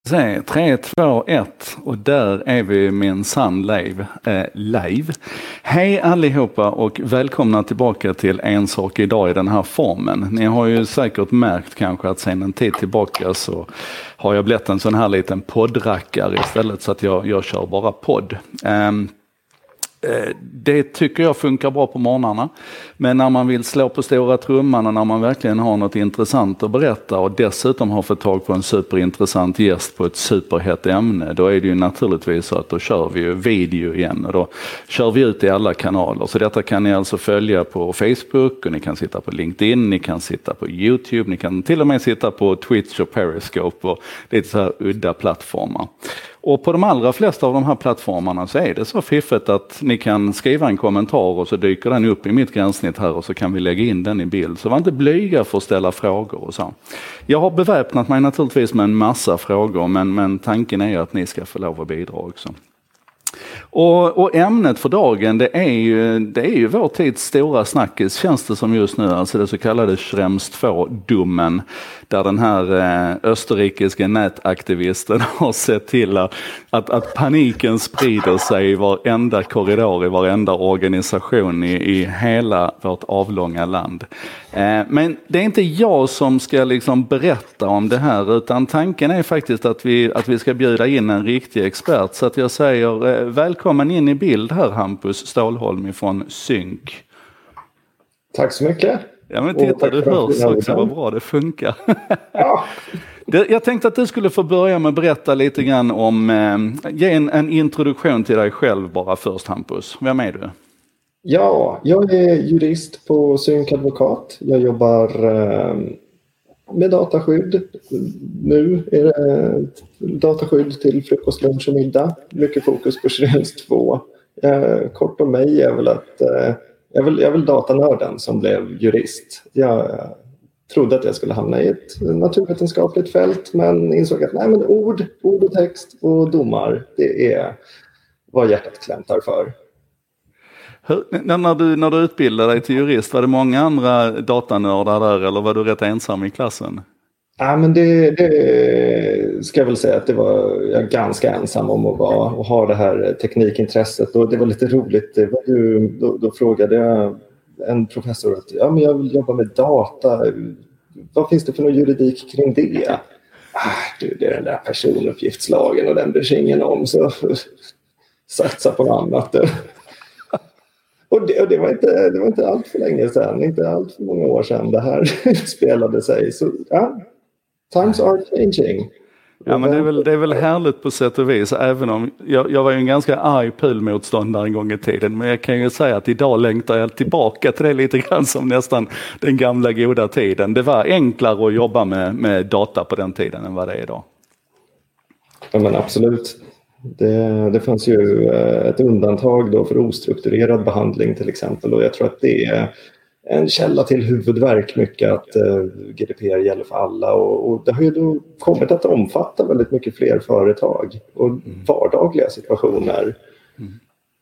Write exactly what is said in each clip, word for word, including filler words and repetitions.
Se, tre, två, ett och där är vi minsann live. Eh, live. Hej allihopa och välkomna tillbaka till En sak idag i den här formen. Ni har ju säkert märkt kanske att sedan en tid tillbaka så har jag blivit en sån här liten poddrackare istället, så att jag, jag kör bara podd. Um, Det tycker jag funkar bra på morgnarna. Men när man vill slå på stora trumman och när man verkligen har något intressant att berätta och dessutom har fått tag på en superintressant gäst på ett superhett ämne, då är det ju naturligtvis så att då kör vi ju video igen och då kör vi ut i alla kanaler. Så detta kan ni alltså följa på Facebook och ni kan sitta på LinkedIn, ni kan sitta på YouTube, ni kan till och med sitta på Twitch och Periscope och lite så här udda plattformar. Och på de allra flesta av de här plattformarna så är det så fiffigt att ni kan skriva en kommentar och så dyker den upp i mitt gränssnitt här och så kan vi lägga in den i bild. Så var inte blyga för att ställa frågor och så. Jag har beväpnat mig naturligtvis med en massa frågor, men, men tanken är att ni ska få lov att bidra också. Och, och ämnet för dagen, det är ju, det är ju vår tids stora snackis, känns det som just nu, alltså det så kallade Schrems två-domen, där den här eh, österrikiska nätaktivisten har sett till att, att, att paniken sprider sig i varenda korridor, i varenda organisation i, i hela vårt avlånga land. Eh, men det är inte jag som ska liksom berätta om det här, utan tanken är faktiskt att vi, att vi ska bjuda in en riktig expert, så att jag säger eh, välkommen in i bild här, Hampus Stålholm från Sync. Tack så mycket. Ja, men titta, du hörs också, vad bra det funkar. Ja. Jag tänkte att du skulle få börja med att berätta lite grann om, eh, ge en, en introduktion till dig själv bara först, Hampus. Vem är du? Ja, jag är jurist på Sync Advokat. Jag jobbar eh, med dataskydd. Nu är det dataskydd till frukost, lunch och middag. Mycket fokus på Schrems två. Eh, kort om mig är väl att eh, jag, är väl, jag är väl datanörden som blev jurist. Jag eh, trodde att jag skulle hamna i ett naturvetenskapligt fält, men insåg att nej, men ord, ord och text och domar, det är vad hjärtat klämtar för. Hur, när, du, när du utbildade dig till jurist, var det många andra datanördar där eller var du rätt ensam i klassen? Ja, men det, det ska jag väl säga att det var jag ganska ensam om att vara och ha det här teknikintresset. Och det var lite roligt. Det var ju, då, då frågade jag en professor att ja, men jag vill jobba med data. Vad finns det för någon juridik kring det? Ah, du, det är den där personuppgiftslagen och den bryr sig ingen om, så satsa på något annat. Och det, och det var inte, det var inte allt för länge sedan, inte allt för många år sedan det här spelade sig. Så ja, times are changing. Ja, men det är väl, det är väl härligt på sätt och vis, även om jag, jag var ju en ganska arg pulmotståndare en gång i tiden, men jag kan ju säga att idag längtar jag tillbaka till det lite grann som nästan den gamla goda tiden. Det var enklare att jobba med, med data på den tiden än vad det är idag. Ja, men absolut. Det, det fanns ju ett undantag då för ostrukturerad behandling till exempel, och jag tror att det är en källa till huvudvärk mycket att uh, G D P R gäller för alla, och, och det har ju då kommit att omfatta väldigt mycket fler företag och mm. vardagliga situationer. Mm.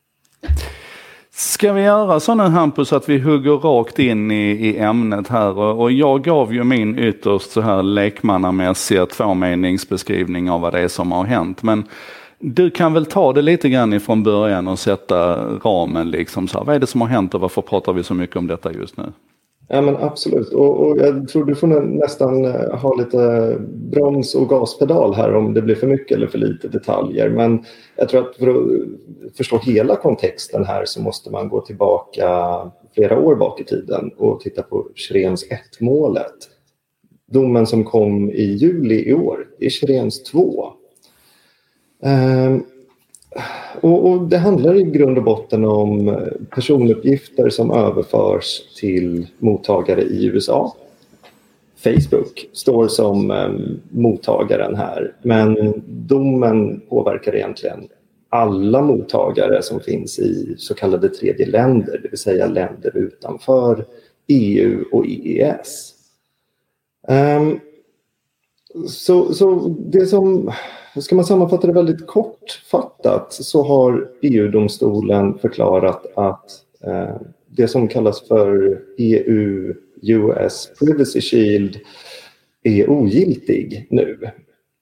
Ska vi göra så nu, Hampus, att vi hugger rakt in i, i ämnet här, och, och jag gav ju min ytterst så här lekmannamässiga tvåmeningsbeskrivning av vad det är som har hänt, men du kan väl ta det lite grann ifrån början och sätta ramen liksom så här, vad är det som har hänt och varför pratar vi så mycket om detta just nu? Ja, men absolut, och, och jag tror du får nästan ha lite broms och gaspedal här om det blir för mycket eller för lite detaljer, men jag tror att för att förstå hela kontexten här så måste man gå tillbaka flera år bak i tiden och titta på Schrems ett-målet. Domen som kom i juli i år, det är Schrems två. Um, och, och det handlar i grund och botten om personuppgifter som överförs till mottagare i U S A. Facebook står som um, mottagaren här, men domen påverkar egentligen alla mottagare som finns i så kallade tredje länder, det vill säga länder utanför E U och E E S. Um, så, så det som... Ska man sammanfatta det väldigt kortfattat så har E U-domstolen förklarat att eh, det som kallas för E U-U S Privacy Shield är ogiltig nu.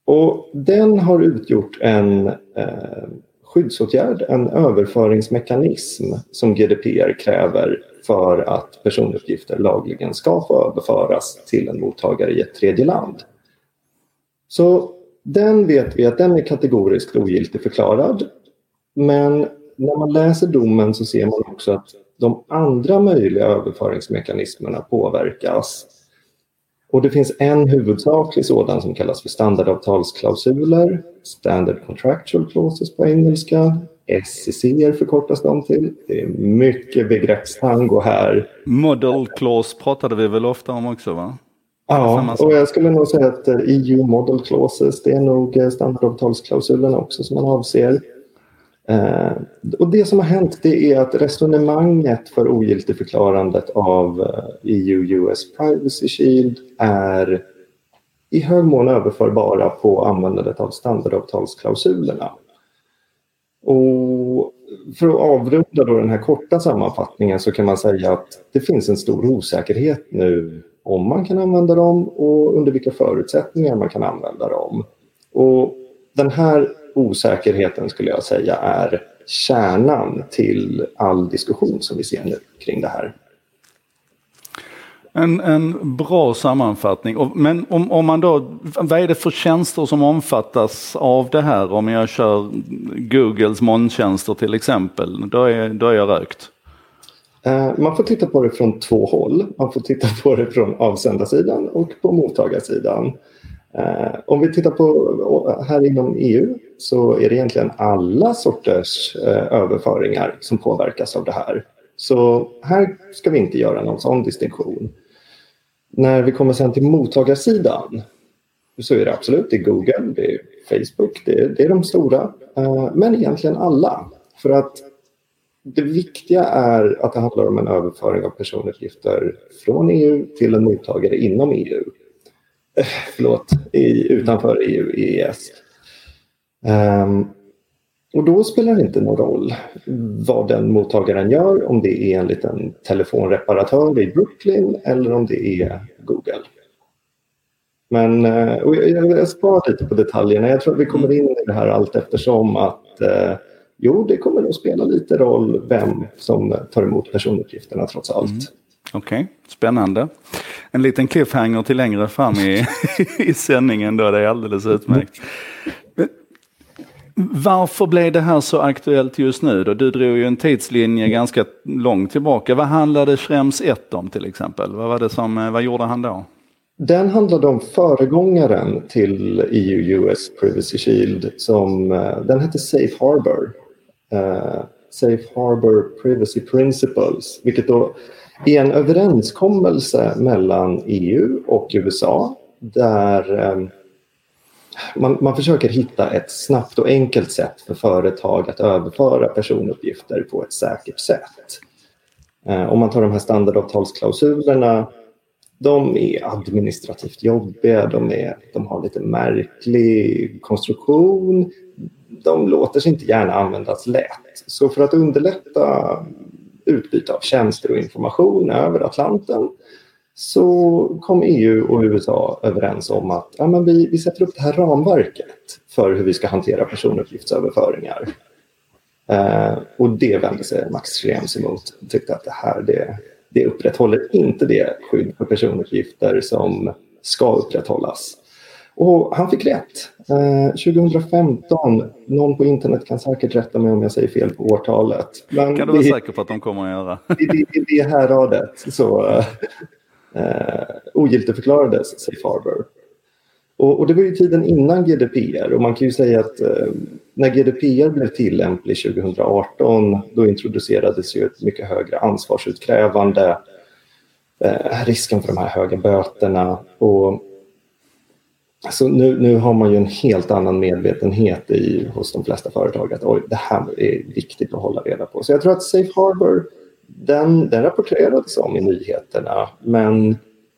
Och den har utgjort en eh, skyddsåtgärd, en överföringsmekanism som G D P R kräver för att personuppgifter lagligen ska få överföras till en mottagare i ett tredje land. Så den vet vi att den är kategoriskt ogiltig förklarad. Men när man läser domen så ser man också att de andra möjliga överföringsmekanismerna påverkas. Och det finns en huvudsaklig sådan som kallas för standardavtalsklausuler, standard contractual clauses på engelska, S C C förkortas de till. Det är mycket begreppstango här. Model clause pratade vi väl ofta om också, va? Ja, och jag skulle nog säga att E U model clauses, det är nog standardavtalsklausulerna också som man avser. Eh, och det som har hänt, det är att resonemanget för ogiltigförklarandet av E U U S Privacy Shield är i hög mån överförbara på användandet av standardavtalsklausulerna. Och för att avrunda då den här korta sammanfattningen så kan man säga att det finns en stor osäkerhet nu om man kan använda dem och under vilka förutsättningar man kan använda dem. Och den här osäkerheten skulle jag säga är kärnan till all diskussion som vi ser nu kring det här. En, en bra sammanfattning. Men om, om man då, vad är det för tjänster som omfattas av det här? Om jag kör Googles molntjänster till exempel, då är, då är jag rökt. Man får titta på det från två håll. Man får titta på det från avsändarsidan och på mottagarsidan. Om vi tittar på här inom E U så är det egentligen alla sorters överföringar som påverkas av det här. Så här ska vi inte göra någon sån distinktion. När vi kommer sen till mottagarsidan så är det absolut det är Google, det är Facebook, det är, det är de stora. Men egentligen alla. För att det viktiga är att det handlar om en överföring av personuppgifter från E U till en mottagare inom E U. Eh, förlåt, i, utanför E U, E E S. Um, och då spelar det inte någon roll vad den mottagaren gör, om det är en liten telefonreparatör i Brooklyn eller om det är Google. Men och jag, jag sparar lite på detaljerna. Jag tror att vi kommer in i det här allt eftersom att eh, jo, det kommer att spela lite roll vem som tar emot personuppgifterna trots allt. Mm. Okej, okay. Spännande. En liten cliffhanger till längre fram i, i sändningen då, det är alldeles utmärkt. Men varför blev det här så aktuellt just nu då? Du drog ju en tidslinje ganska långt tillbaka. Vad handlade Schrems ett om till exempel? Vad var det som, vad gjorde han då? Den handlade om föregångaren till E U U S Privacy Shield som, den hette Safe Harbor. Uh, Safe Harbor Privacy Principles, vilket då är en överenskommelse mellan E U och U S A där um, man, man försöker hitta ett snabbt och enkelt sätt för företag att överföra personuppgifter på ett säkert sätt. Uh, om man tar de här standardavtalsklausulerna, de är administrativt jobbiga, de, är, de har lite märklig konstruktion, de låter sig inte gärna användas lätt. Så för att underlätta utbyte av tjänster och information över Atlanten så kom E U och U S A överens om att ja, men vi, vi sätter upp det här ramverket för hur vi ska hantera personuppgiftsöverföringar. Eh, och det vände sig Max Schrems emot. Tyckte att det här det, det upprätthåller inte det skydd för personuppgifter som ska upprätthållas. Och han fick rätt. Eh, tjugohundrafemton, någon på internet kan säkert rätta mig om jag säger fel på årtalet. Men kan du vara det, säker på att de kommer att göra? Det, det, det, det här radet så eh, ogiltigförklarades Safe Harbor. Och, och det var ju tiden innan G D P R och man kan ju säga att eh, när G D P R blev tillämplig tjugohundraarton då introducerades ju ett mycket högre ansvarsutkrävande, eh, risken för de här höga böterna och alltså nu, nu har man ju en helt annan medvetenhet i, hos de flesta företag att oj, det här är viktigt att hålla reda på. Så jag tror att Safe Harbor, den, den rapporterades om i nyheterna. Men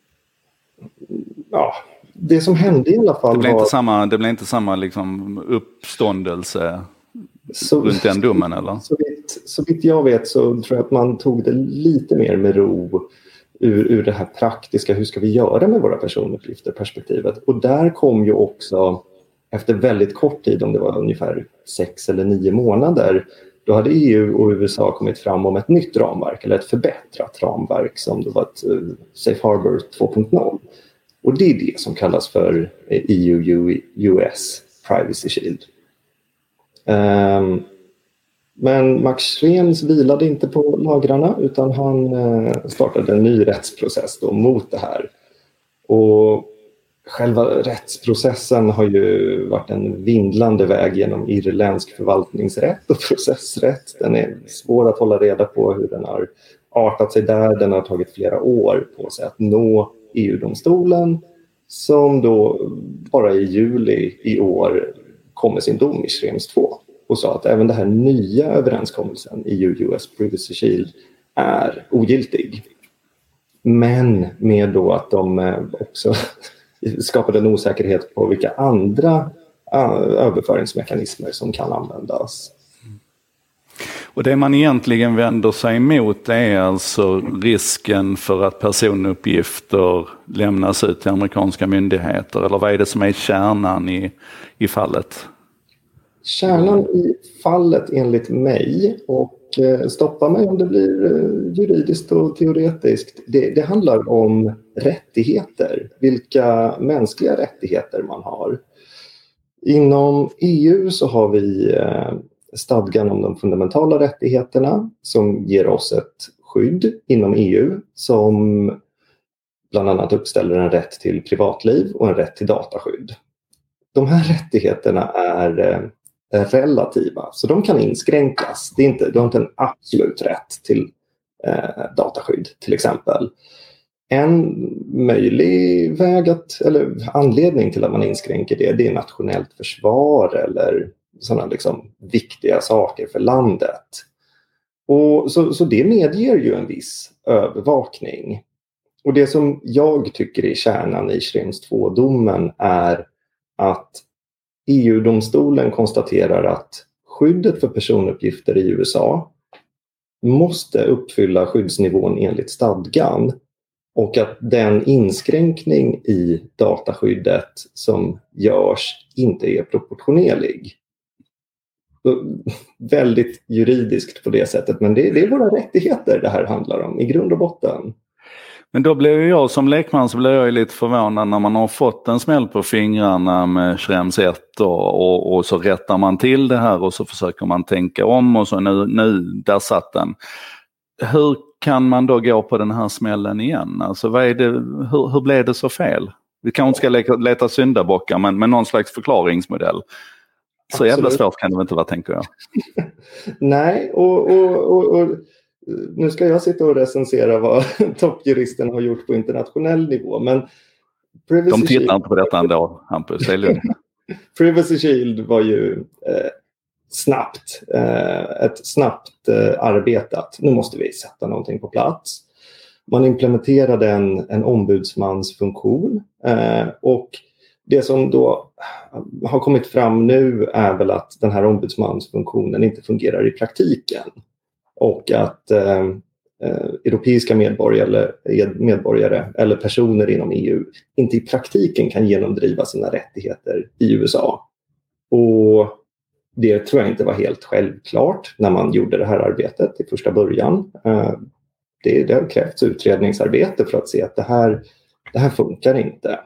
ja, det som hände i alla fall det blev var... Inte samma, det blev inte samma liksom uppståndelse så, runt den domen, eller? Så vitt, så vitt jag vet så tror jag att man tog det lite mer med ro Ur, ur det här praktiska, hur ska vi göra med våra personuppgifter perspektivet. Och där kom ju också efter väldigt kort tid, om det var ungefär sex eller nio månader, då hade E U och U S A kommit fram om ett nytt ramverk, eller ett förbättrat ramverk som då var ett uh, Safe Harbor två punkt noll. Och det är det som kallas för E U U S Privacy Shield. Um, men Max Schrems vilade inte på lagrarna, utan han uh, startade en ny rättsprocess då mot det här. Och själva rättsprocessen har ju varit en vindlande väg genom irländsk förvaltningsrätt och processrätt. Den är svår att hålla reda på hur den har artat sig där. Den har tagit flera år på sig att nå E U-domstolen, som då bara i juli i år kom med sin dom i Schrems två och sa att även den här nya överenskommelsen, E U U S Privacy Shield, är ogiltig. Men med då att de också skapade en osäkerhet på vilka andra överföringsmekanismer som kan användas. Och det man egentligen vänder sig emot är alltså risken för att personuppgifter lämnas ut till amerikanska myndigheter, eller vad är det som är kärnan i, i fallet? Kärnan i fallet enligt mig, och stoppa mig om det blir juridiskt och teoretiskt, det, det handlar om rättigheter, vilka mänskliga rättigheter man har. Inom E U så har vi stadgan om de fundamentala rättigheterna som ger oss ett skydd inom E U som bland annat uppställer en rätt till privatliv och en rätt till dataskydd. De här rättigheterna är relativa, så de kan inskränkas. Det är inte, du har inte en absolut rätt till eh, dataskydd till exempel. En möjlig väg att, eller anledning till att man inskränker det, det är nationellt försvar eller sådana liksom viktiga saker för landet. Och så, så det medger ju en viss övervakning. Och det som jag tycker är kärnan i Schrems två-domen är att E U-domstolen konstaterar att skyddet för personuppgifter i U S A måste uppfylla skyddsnivån enligt stadgan, och att den inskränkning i dataskyddet som görs inte är proportionerlig. Väldigt juridiskt på det sättet, men det, det är våra rättigheter det här handlar om i grund och botten. Men då blev jag som lekman så blev jag lite förvånad när man har fått en smäll på fingrarna med Schrems ett och, och, och så rättar man till det här och så försöker man tänka om och så nu, nu där satt den. Hur kan man då gå på den här smällen igen? Alltså vad är det, hur, hur blev det så fel? Vi kanske inte ska leta, leta syndabockar, men med någon slags förklaringsmodell. Så Absolut. Jävla svårt kan det inte vara, tänker jag. Nej, och, och, och, och nu ska jag sitta och recensera vad toppjuristen har gjort på internationell nivå. Men Privacy De tittar Shield, inte på detta ändå, Hampus. Privacy Shield var ju eh, snabbt, eh, ett snabbt eh, arbetat. Nu måste vi sätta någonting på plats. Man implementerade en, en ombudsmansfunktion eh, och det som då har kommit fram nu är väl att den här ombudsmansfunktionen inte fungerar i praktiken. Och att eh, europeiska medborgare, medborgare eller personer inom E U inte i praktiken kan genomdriva sina rättigheter i U S A. Och det tror jag inte var helt självklart när man gjorde det här arbetet i första början. Eh, det, det har krävts utredningsarbete för att se att det här, det här funkar inte.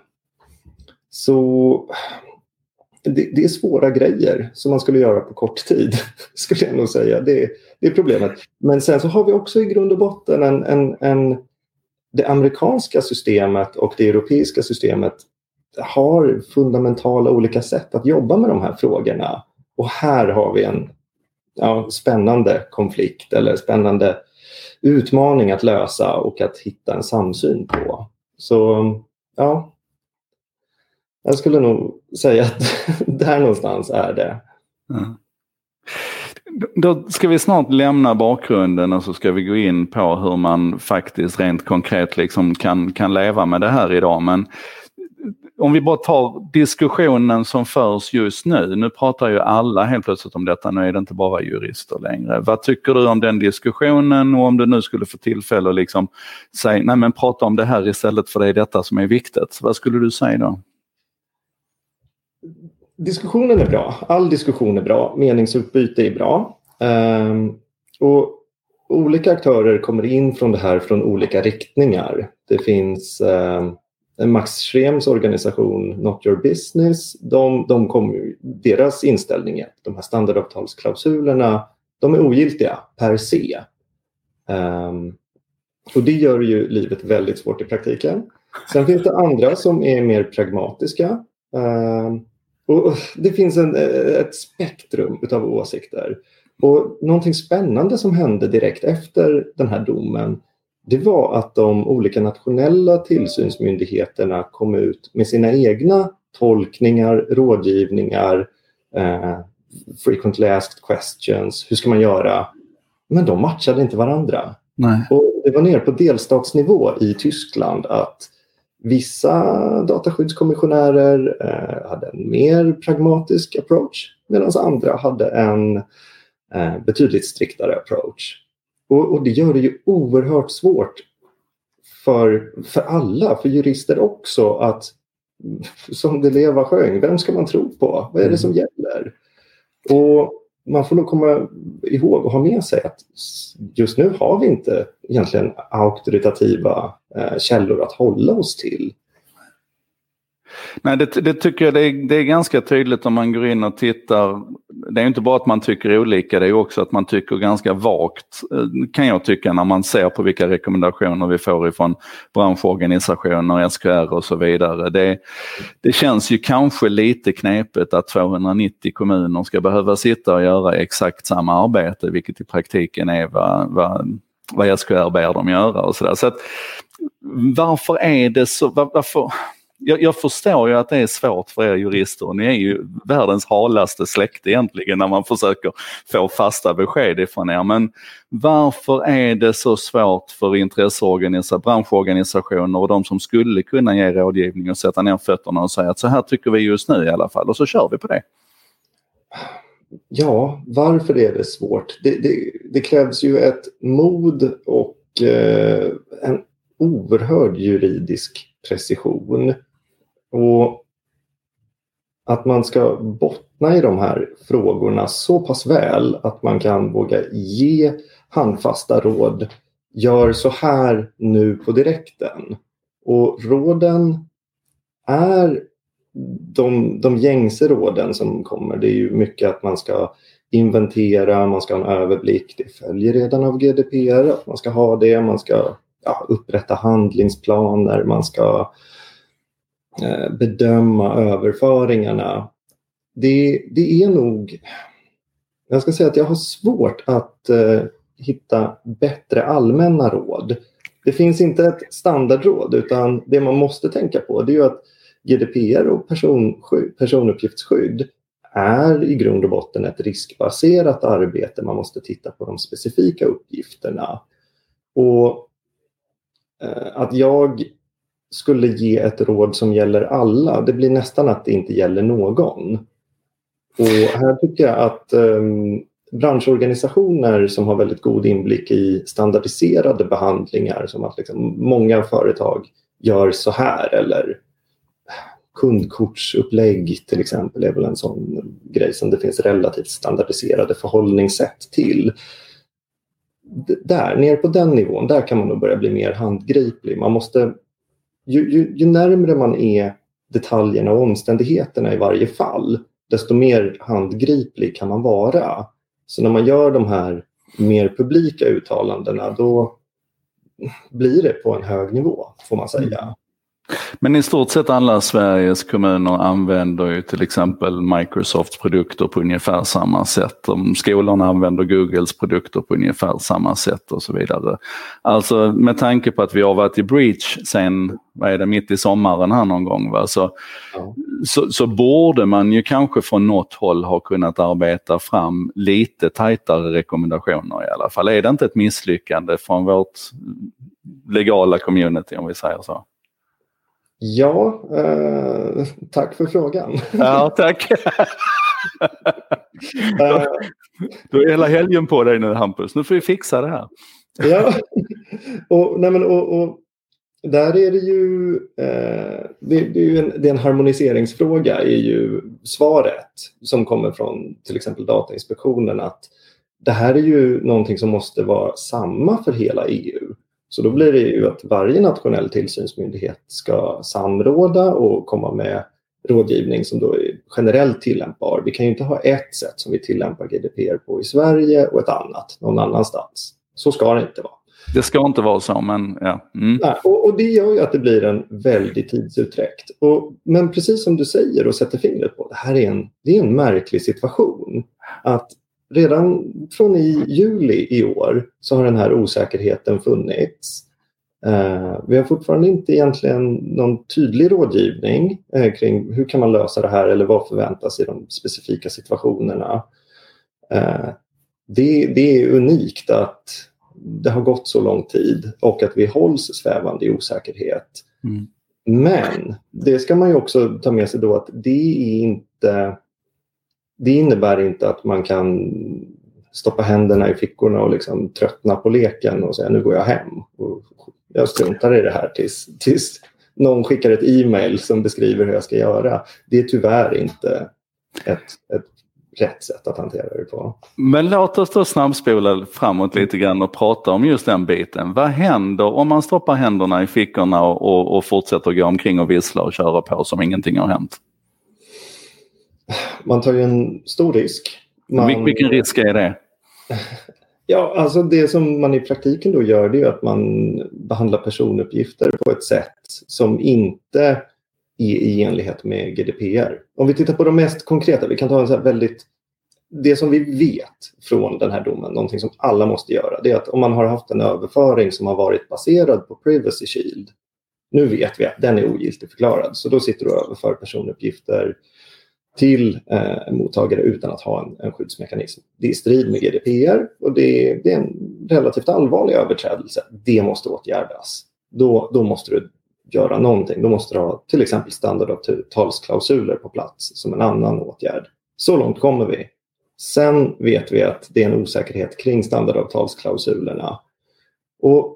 Så det, det är svåra grejer som man skulle göra på kort tid, skulle jag nog säga. Det, det är problemet. Men sen så har vi också i grund och botten en, en, en, det amerikanska systemet och det europeiska systemet har fundamentala olika sätt att jobba med de här frågorna. Och här har vi en ja, spännande konflikt eller spännande utmaning att lösa och att hitta en samsyn på. Så ja, jag skulle nog säga att där någonstans är det. Ja. Då ska vi snart lämna bakgrunden och så ska vi gå in på hur man faktiskt rent konkret liksom kan, kan leva med det här idag. Men om vi bara tar diskussionen som förs just nu. Nu pratar ju alla helt plötsligt om detta. Nu är det inte bara jurister längre. Vad tycker du om den diskussionen, och om du nu skulle få tillfälle att liksom säga, nej men prata om det här istället för det är detta som är viktigt. Vad skulle du säga då? diskussionen är bra. All diskussion är bra. Meningsutbyte är bra. Um, och olika aktörer kommer in från det här från olika riktningar. Det finns um, Max Schrems organisation Not Your Business. De, de kommer, deras inställning är att de här standardavtalsklausulerna, de är ogiltiga per se. Um, och det gör ju livet väldigt svårt i praktiken. Sen finns det andra som är mer pragmatiska. Um, och det finns en, ett spektrum utav åsikter. Och någonting spännande som hände direkt efter den här domen, det var att de olika nationella tillsynsmyndigheterna kom ut med sina egna tolkningar, rådgivningar, eh, frequently asked questions, hur ska man göra? Men de matchade inte varandra. Nej. Och det var ner på delstatsnivå i Tyskland att vissa dataskyddskommissionärer eh, hade en mer pragmatisk approach, medan andra hade en eh, betydligt striktare approach. Och, och det gör det ju oerhört svårt för, för alla, för jurister också, att som det Leva sjöng, vem ska man tro på? Vad är det som gäller? Och man får nog komma ihåg och ha med sig att just nu har vi inte egentligen auktoritativa eh, källor att hålla oss till. Nej, det, det tycker jag det är, det är ganska tydligt om man går in och tittar. Det är inte bara att man tycker olika, det är också att man tycker ganska vagt, kan jag tycka, när man ser på vilka rekommendationer vi får ifrån branschorganisationer, S K R och så vidare. Det, det känns ju kanske lite knepigt att tvåhundranittio kommuner ska behöva sitta och göra exakt samma arbete, vilket i praktiken är vad, vad, vad S K R ber dem göra och sådär. Så att, varför är det så, var, varför... Jag, jag förstår ju att det är svårt för er jurister. Ni är ju världens halaste släkt egentligen när man försöker få fasta besked ifrån er. Men varför är det så svårt för intresseorganisationer, branschorganisationer och de som skulle kunna ge rådgivning och sätta ner fötterna och säga att så här tycker vi just nu i alla fall, och så kör vi på det? Ja, varför är det svårt? Det, det, det krävs ju ett mod och eh, en oerhörd juridisk precision. Och att man ska bottna i de här frågorna så pass väl att man kan våga ge handfasta råd. Gör så här nu på direkten. Och råden är de, de gängse råden som kommer. Det är ju mycket att man ska inventera, man ska ha en överblick. Det följer redan av G D P R att man ska ha det. Man ska ja, upprätta handlingsplaner, man ska eh, bedöma överföringarna. Det, det är nog, jag ska säga att jag har svårt att eh, hitta bättre allmänna råd. Det finns inte ett standardråd, utan det man måste tänka på det är ju att G D P R och personskydd, personuppgiftsskydd är i grund och botten ett riskbaserat arbete. Man måste titta på de specifika uppgifterna. Och att jag skulle ge ett råd som gäller alla, det blir nästan att det inte gäller någon. Och här tycker jag att um, branschorganisationer som har väldigt god inblick i standardiserade behandlingar, som att liksom många företag gör så här, eller kundkortsupplägg till exempel är väl en sån grej som det finns relativt standardiserade förhållningssätt till. Där, ner på den nivån, där kan man nog börja bli mer handgriplig. Man måste, ju, ju, ju närmare man är detaljerna och omständigheterna i varje fall, desto mer handgriplig kan man vara. Så när man gör de här mer publika uttalandena, då blir det på en hög nivå, får man säga. Men i stort sett alla Sveriges kommuner använder ju till exempel Microsofts produkter på ungefär samma sätt. Om skolorna använder Googles produkter på ungefär samma sätt och så vidare. Alltså med tanke på att vi har varit i breach sen, vad är det, mitt i sommaren här någon gång, va? Så, ja. så, så borde man ju kanske från något håll ha kunnat arbeta fram lite tajtare rekommendationer i alla fall. Är det inte ett misslyckande från vårt legala community, om vi säger så? Ja, eh, tack för frågan. Ja, tack. uh, du är hela helgen på dig nu, Hampus. Nu får vi fixa det här. Ja, och, nej men, och, och där är det ju, eh, det, det är ju en, det är en harmoniseringsfråga, är ju svaret som kommer från till exempel Datainspektionen, att det här är ju någonting som måste vara samma för hela E U. Så då blir det ju att varje nationell tillsynsmyndighet ska samråda och komma med rådgivning som då är generellt tillämpbar. Vi kan ju inte ha ett sätt som vi tillämpar G D P R på i Sverige och ett annat någon annanstans. Så ska det inte vara. Det ska inte vara så, men ja. Mm. Nej, och, och det gör ju att det blir en väldig tidsutdräkt. Och, men precis som du säger och sätter fingret på, det här är en, det är en märklig situation. Att redan från i juli i år så har den här osäkerheten funnits. Eh, vi har fortfarande inte egentligen någon tydlig rådgivning eh, kring hur kan man lösa det här eller vad förväntas i de specifika situationerna. Eh, det, det är unikt att det har gått så lång tid och att vi hålls svävande i osäkerhet. Mm. Men det ska man ju också ta med sig då att det är inte, det innebär inte att man kan stoppa händerna i fickorna och liksom tröttna på leken och säga nu går jag hem och jag struntar i det här tills, tills någon skickar ett e-mail som beskriver hur jag ska göra. Det är tyvärr inte ett, ett rätt sätt att hantera det på. Men låt oss då snabbspola framåt lite grann och prata om just den biten. Vad händer om man stoppar händerna i fickorna och, och, och fortsätter gå omkring och vissla och köra på som ingenting har hänt? Man tar ju en stor risk. Man... Vilken risk är det? Ja, alltså det som man i praktiken då gör, det är att man behandlar personuppgifter på ett sätt som inte är i enlighet med G D P R. Om vi tittar på de mest konkreta, vi kan ta en så här väldigt, det som vi vet från den här domen, någonting som alla måste göra, det är att om man har haft en överföring som har varit baserad på Privacy Shield, nu vet vi att den är ogiltigförklarad, så då sitter du och överför personuppgifter till eh, en mottagare utan att ha en, en skyddsmekanism. Det är i strid med G D P R och det är, det är en relativt allvarlig överträdelse. Det måste åtgärdas. Då, då måste du göra någonting. Då måste du ha till exempel standardavtalsklausuler på plats som en annan åtgärd. Så långt kommer vi. Sen vet vi att det är en osäkerhet kring standardavtalsklausulerna. Och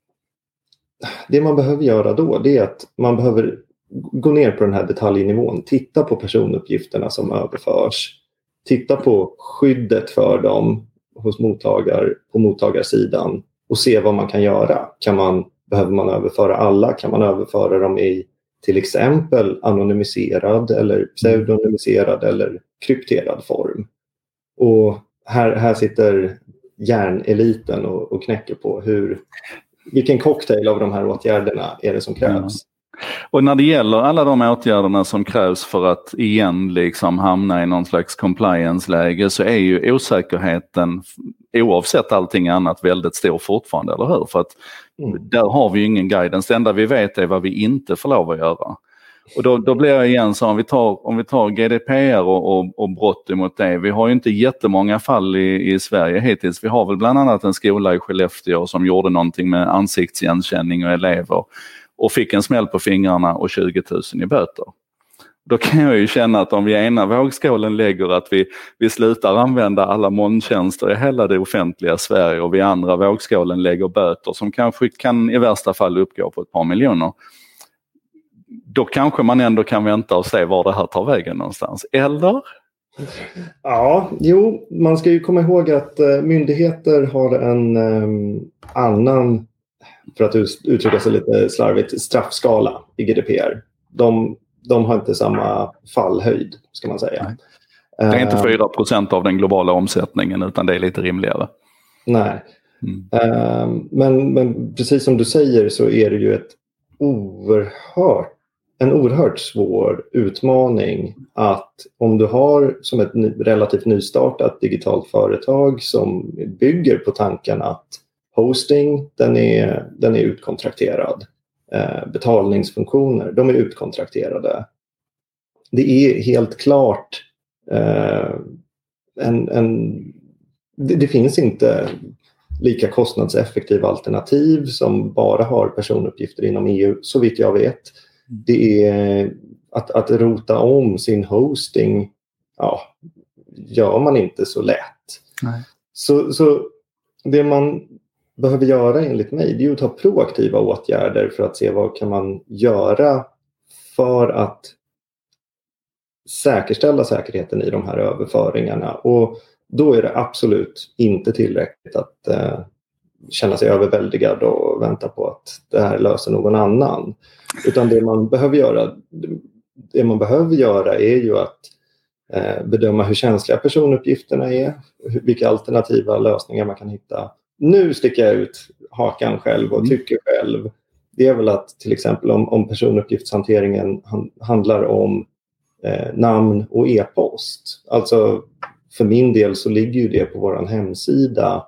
det man behöver göra då, det är att man behöver gå ner på den här detaljnivån. Titta på personuppgifterna som överförs. Titta på skyddet för dem hos mottagar, på mottagarsidan och se vad man kan göra. Kan man, behöver man överföra alla? Kan man överföra dem i till exempel anonymiserad eller pseudonymiserad eller krypterad form? Och här, här sitter järneliten och, och knäcker på hur, vilken cocktail av de här åtgärderna är det som krävs. Ja. Och när det gäller alla de åtgärderna som krävs för att igen liksom hamna i någon slags compliance-läge, så är ju osäkerheten oavsett allting annat väldigt stor fortfarande, eller hur? För att mm. där har vi ju ingen guidance. Det enda vi vet är vad vi inte får lov att göra. Och då, då blir jag igen så, om vi tar, om vi tar G D P R och, och, och brott emot det. Vi har ju inte jättemånga fall i, i Sverige hittills. Vi har väl bland annat en skola i Skellefteå som gjorde någonting med ansiktsigenkänning och elever och fick en smäll på fingrarna och tjugo tusen i böter. Då kan jag ju känna att om vi ena vågskålen lägger att vi, vi slutar använda alla molntjänster i hela det offentliga Sverige och vi andra vågskålen lägger böter som kanske kan i värsta fall uppgå på ett par miljoner. Då kanske man ändå kan vänta och se var det här tar vägen någonstans. Eller? Ja, jo, man ska ju komma ihåg att myndigheter har en um, annan, för att uttrycka sig lite slarvigt, straffskala i G D P R. De, de har inte samma fallhöjd, ska man säga. Nej. Det är inte fyra procent av den globala omsättningen, utan det är lite rimligare. Nej, mm. um, men, men precis som du säger så är det ju ett oerhört, en oerhört svår utmaning att om du har som ett relativt nystartat digitalt företag som bygger på tanken att hosting, den är, den är utkontrakterad. Eh, betalningsfunktioner, de är utkontrakterade. Det är helt klart eh, en, en det, det finns inte lika kostnadseffektiva alternativ som bara har personuppgifter inom E U, så vitt jag vet. Det är att, att rota om sin hosting, ja, gör man inte så lätt. Nej. Så, så det man behöver göra enligt mig, det är att ta proaktiva åtgärder för att se vad kan man göra för att säkerställa säkerheten i de här överföringarna. Och då är det absolut inte tillräckligt att eh, känna sig överväldigad och vänta på att det här löser någon annan. Utan det man behöver göra, det man behöver göra är ju att eh, bedöma hur känsliga personuppgifterna är, vilka alternativa lösningar man kan hitta. Nu sticker jag ut hakan själv och tycker själv. Det är väl att till exempel om, om personuppgiftshanteringen han, handlar om eh, namn och e-post. Alltså för min del så ligger ju det på vår hemsida.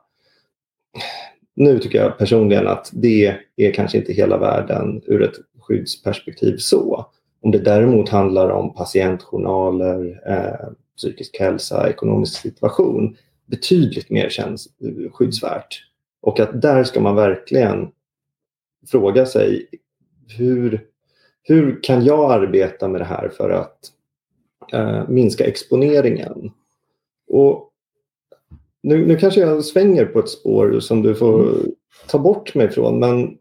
Nu tycker jag personligen att det är kanske inte hela världen ur ett skyddsperspektiv så. Om det däremot handlar om patientjournaler, eh, psykisk hälsa, ekonomisk situation, betydligt mer känns skyddsvärt. Och att där ska man verkligen fråga sig hur, hur kan jag arbeta med det här för att eh, minska exponeringen. Och nu, nu kanske jag svänger på ett spår som du får ta bort mig från, men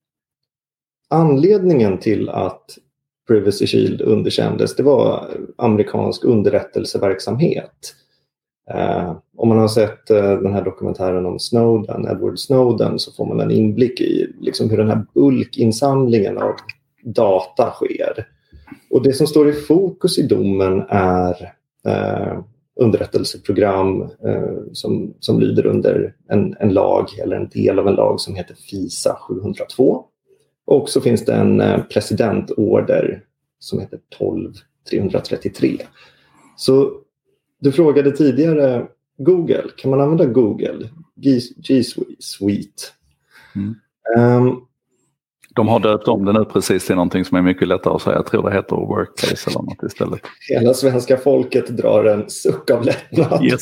anledningen till att Privacy Shield underkändes, det var amerikansk underrättelseverksamhet. Eh, om man har sett eh, den här dokumentären om Snowden, Edward Snowden, så får man en inblick i liksom, hur den här bulkinsamlingen av data sker. Och det som står i fokus i domen är eh, underrättelseprogram eh, som, som lyder under en, en lag eller en del av en lag som heter FISA sjuhundratvå. Och så finns det en eh, presidentorder som heter tolv trehundratrettiotre. Så du frågade tidigare Google. Kan man använda Google? G, G Suite. Mm. Um, De har döpt om det nu precis till någonting som är mycket lättare att säga. Jag tror det heter Workplace eller något istället. Hela svenska folket drar en suck av lättnad. Yes.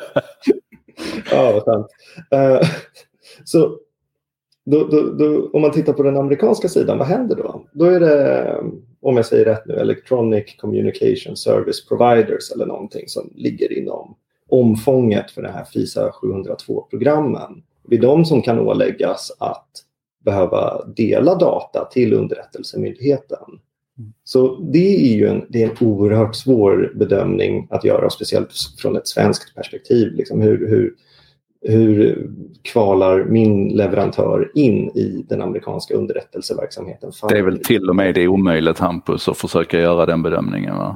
Ja, vad sant. Uh, så då, då, då, om man tittar på den amerikanska sidan, vad händer då? Då är det, om jag säger rätt nu, Electronic Communication Service Providers eller någonting som ligger inom omfånget för det här FISA sjuhundratvå-programmen. Det är de som kan åläggas att behöva dela data till underrättelsemyndigheten. Så det är ju en, det är en oerhört svår bedömning att göra, speciellt från ett svenskt perspektiv. Liksom hur, hur, hur kvalar min leverantör in i den amerikanska underrättelseverksamheten? Det är väl till och med det omöjligt, Hampus, att försöka göra den bedömningen, va?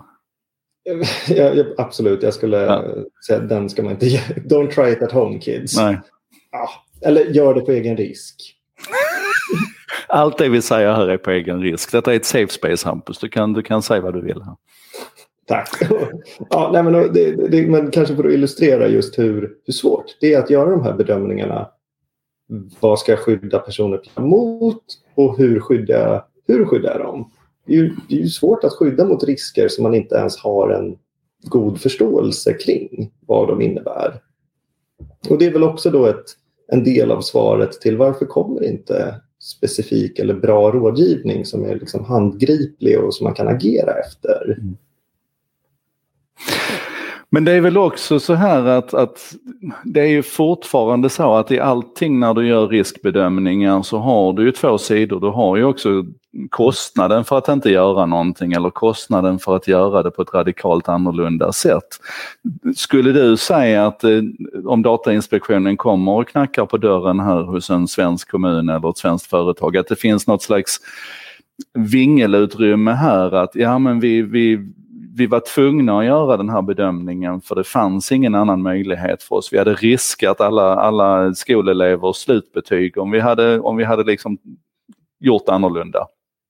Ja, ja, absolut, jag skulle ja. säga att den ska man inte göra. Don't try it at home, kids. Nej. Ja, eller gör det på egen risk. Allt det vi säger här är på egen risk. Detta är ett safe space, Hampus. Du kan, du kan säga vad du vill här. Tack. Ja, nej, men, det, det, men kanske för att illustrera just hur, hur svårt det är att göra de här bedömningarna. Vad ska jag skydda personer mot och hur skydda, hur skydda dem? Det är, ju, det är ju svårt att skydda mot risker som man inte ens har en god förståelse kring vad de innebär. Och det är väl också då ett, en del av svaret till varför kommer inte specifik eller bra rådgivning som är liksom handgriplig och som man kan agera efter. Mm. Men det är väl också så här att, att det är ju fortfarande så att i allting när du gör riskbedömningar så har du ju två sidor. Du har ju också kostnaden för att inte göra någonting eller kostnaden för att göra det på ett radikalt annorlunda sätt. Skulle du säga att eh, om Datainspektionen kommer och knackar på dörren här hos en svensk kommun eller ett svenskt företag, att det finns något slags vingelutrymme här att ja men vi, vi Vi var tvungna att göra den här bedömningen för det fanns ingen annan möjlighet för oss. Vi hade riskat alla, alla skolelevers slutbetyg om vi hade, om vi hade liksom gjort annorlunda.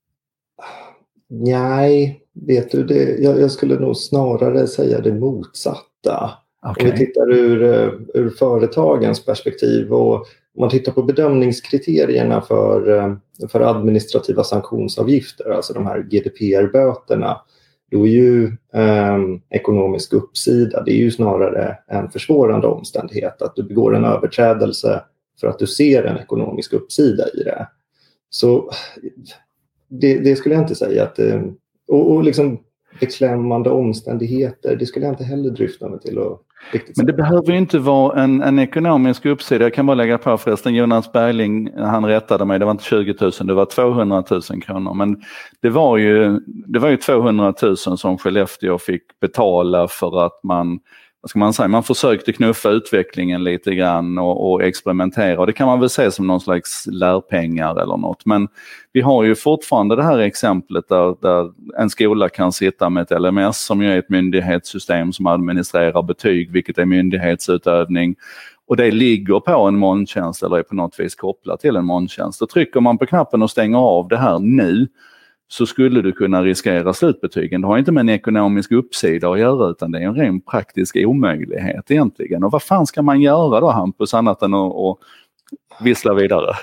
Nej, vet du, det, jag, jag skulle nog snarare säga det motsatta. Okay. Om vi tittar ur, ur företagens perspektiv och om man tittar på bedömningskriterierna för, för administrativa sanktionsavgifter, alltså de här G D P R-böterna, då är ju eh, ekonomisk uppsida, det är ju snarare en försvårande omständighet att du begår en överträdelse för att du ser en ekonomisk uppsida i det. Så det, det skulle jag inte säga att... Och, och liksom, beklämmande omständigheter. Det skulle jag inte heller dryfta mig till att riktigt Men det säga. behöver ju inte vara en, en ekonomisk uppsida. Jag kan bara lägga på förresten, Jonas Bergling, han rättade mig, det var inte tjugo tusen, det var tvåhundratusen kronor. Men det var ju, det var ju tvåhundratusen som Skellefteå fick betala för att man, vad ska man säga, man försökte knuffa utvecklingen lite grann och, och experimentera. Och det kan man väl se som någon slags lärpengar eller något. Men vi har ju fortfarande det här exemplet där, där en skola kan sitta med ett L M S som ju är ett myndighetssystem som administrerar betyg, vilket är myndighetsutövning. Och det ligger på en molntjänst eller är på något vis kopplat till en molntjänst. Och trycker man på knappen och stänger av det här nu, så skulle du kunna riskera slutbetygen. Det har inte med en ekonomisk uppsida att göra, utan det är en ren praktisk omöjlighet egentligen. Och vad fan ska man göra då, Hampus, annat än att, att vissla vidare?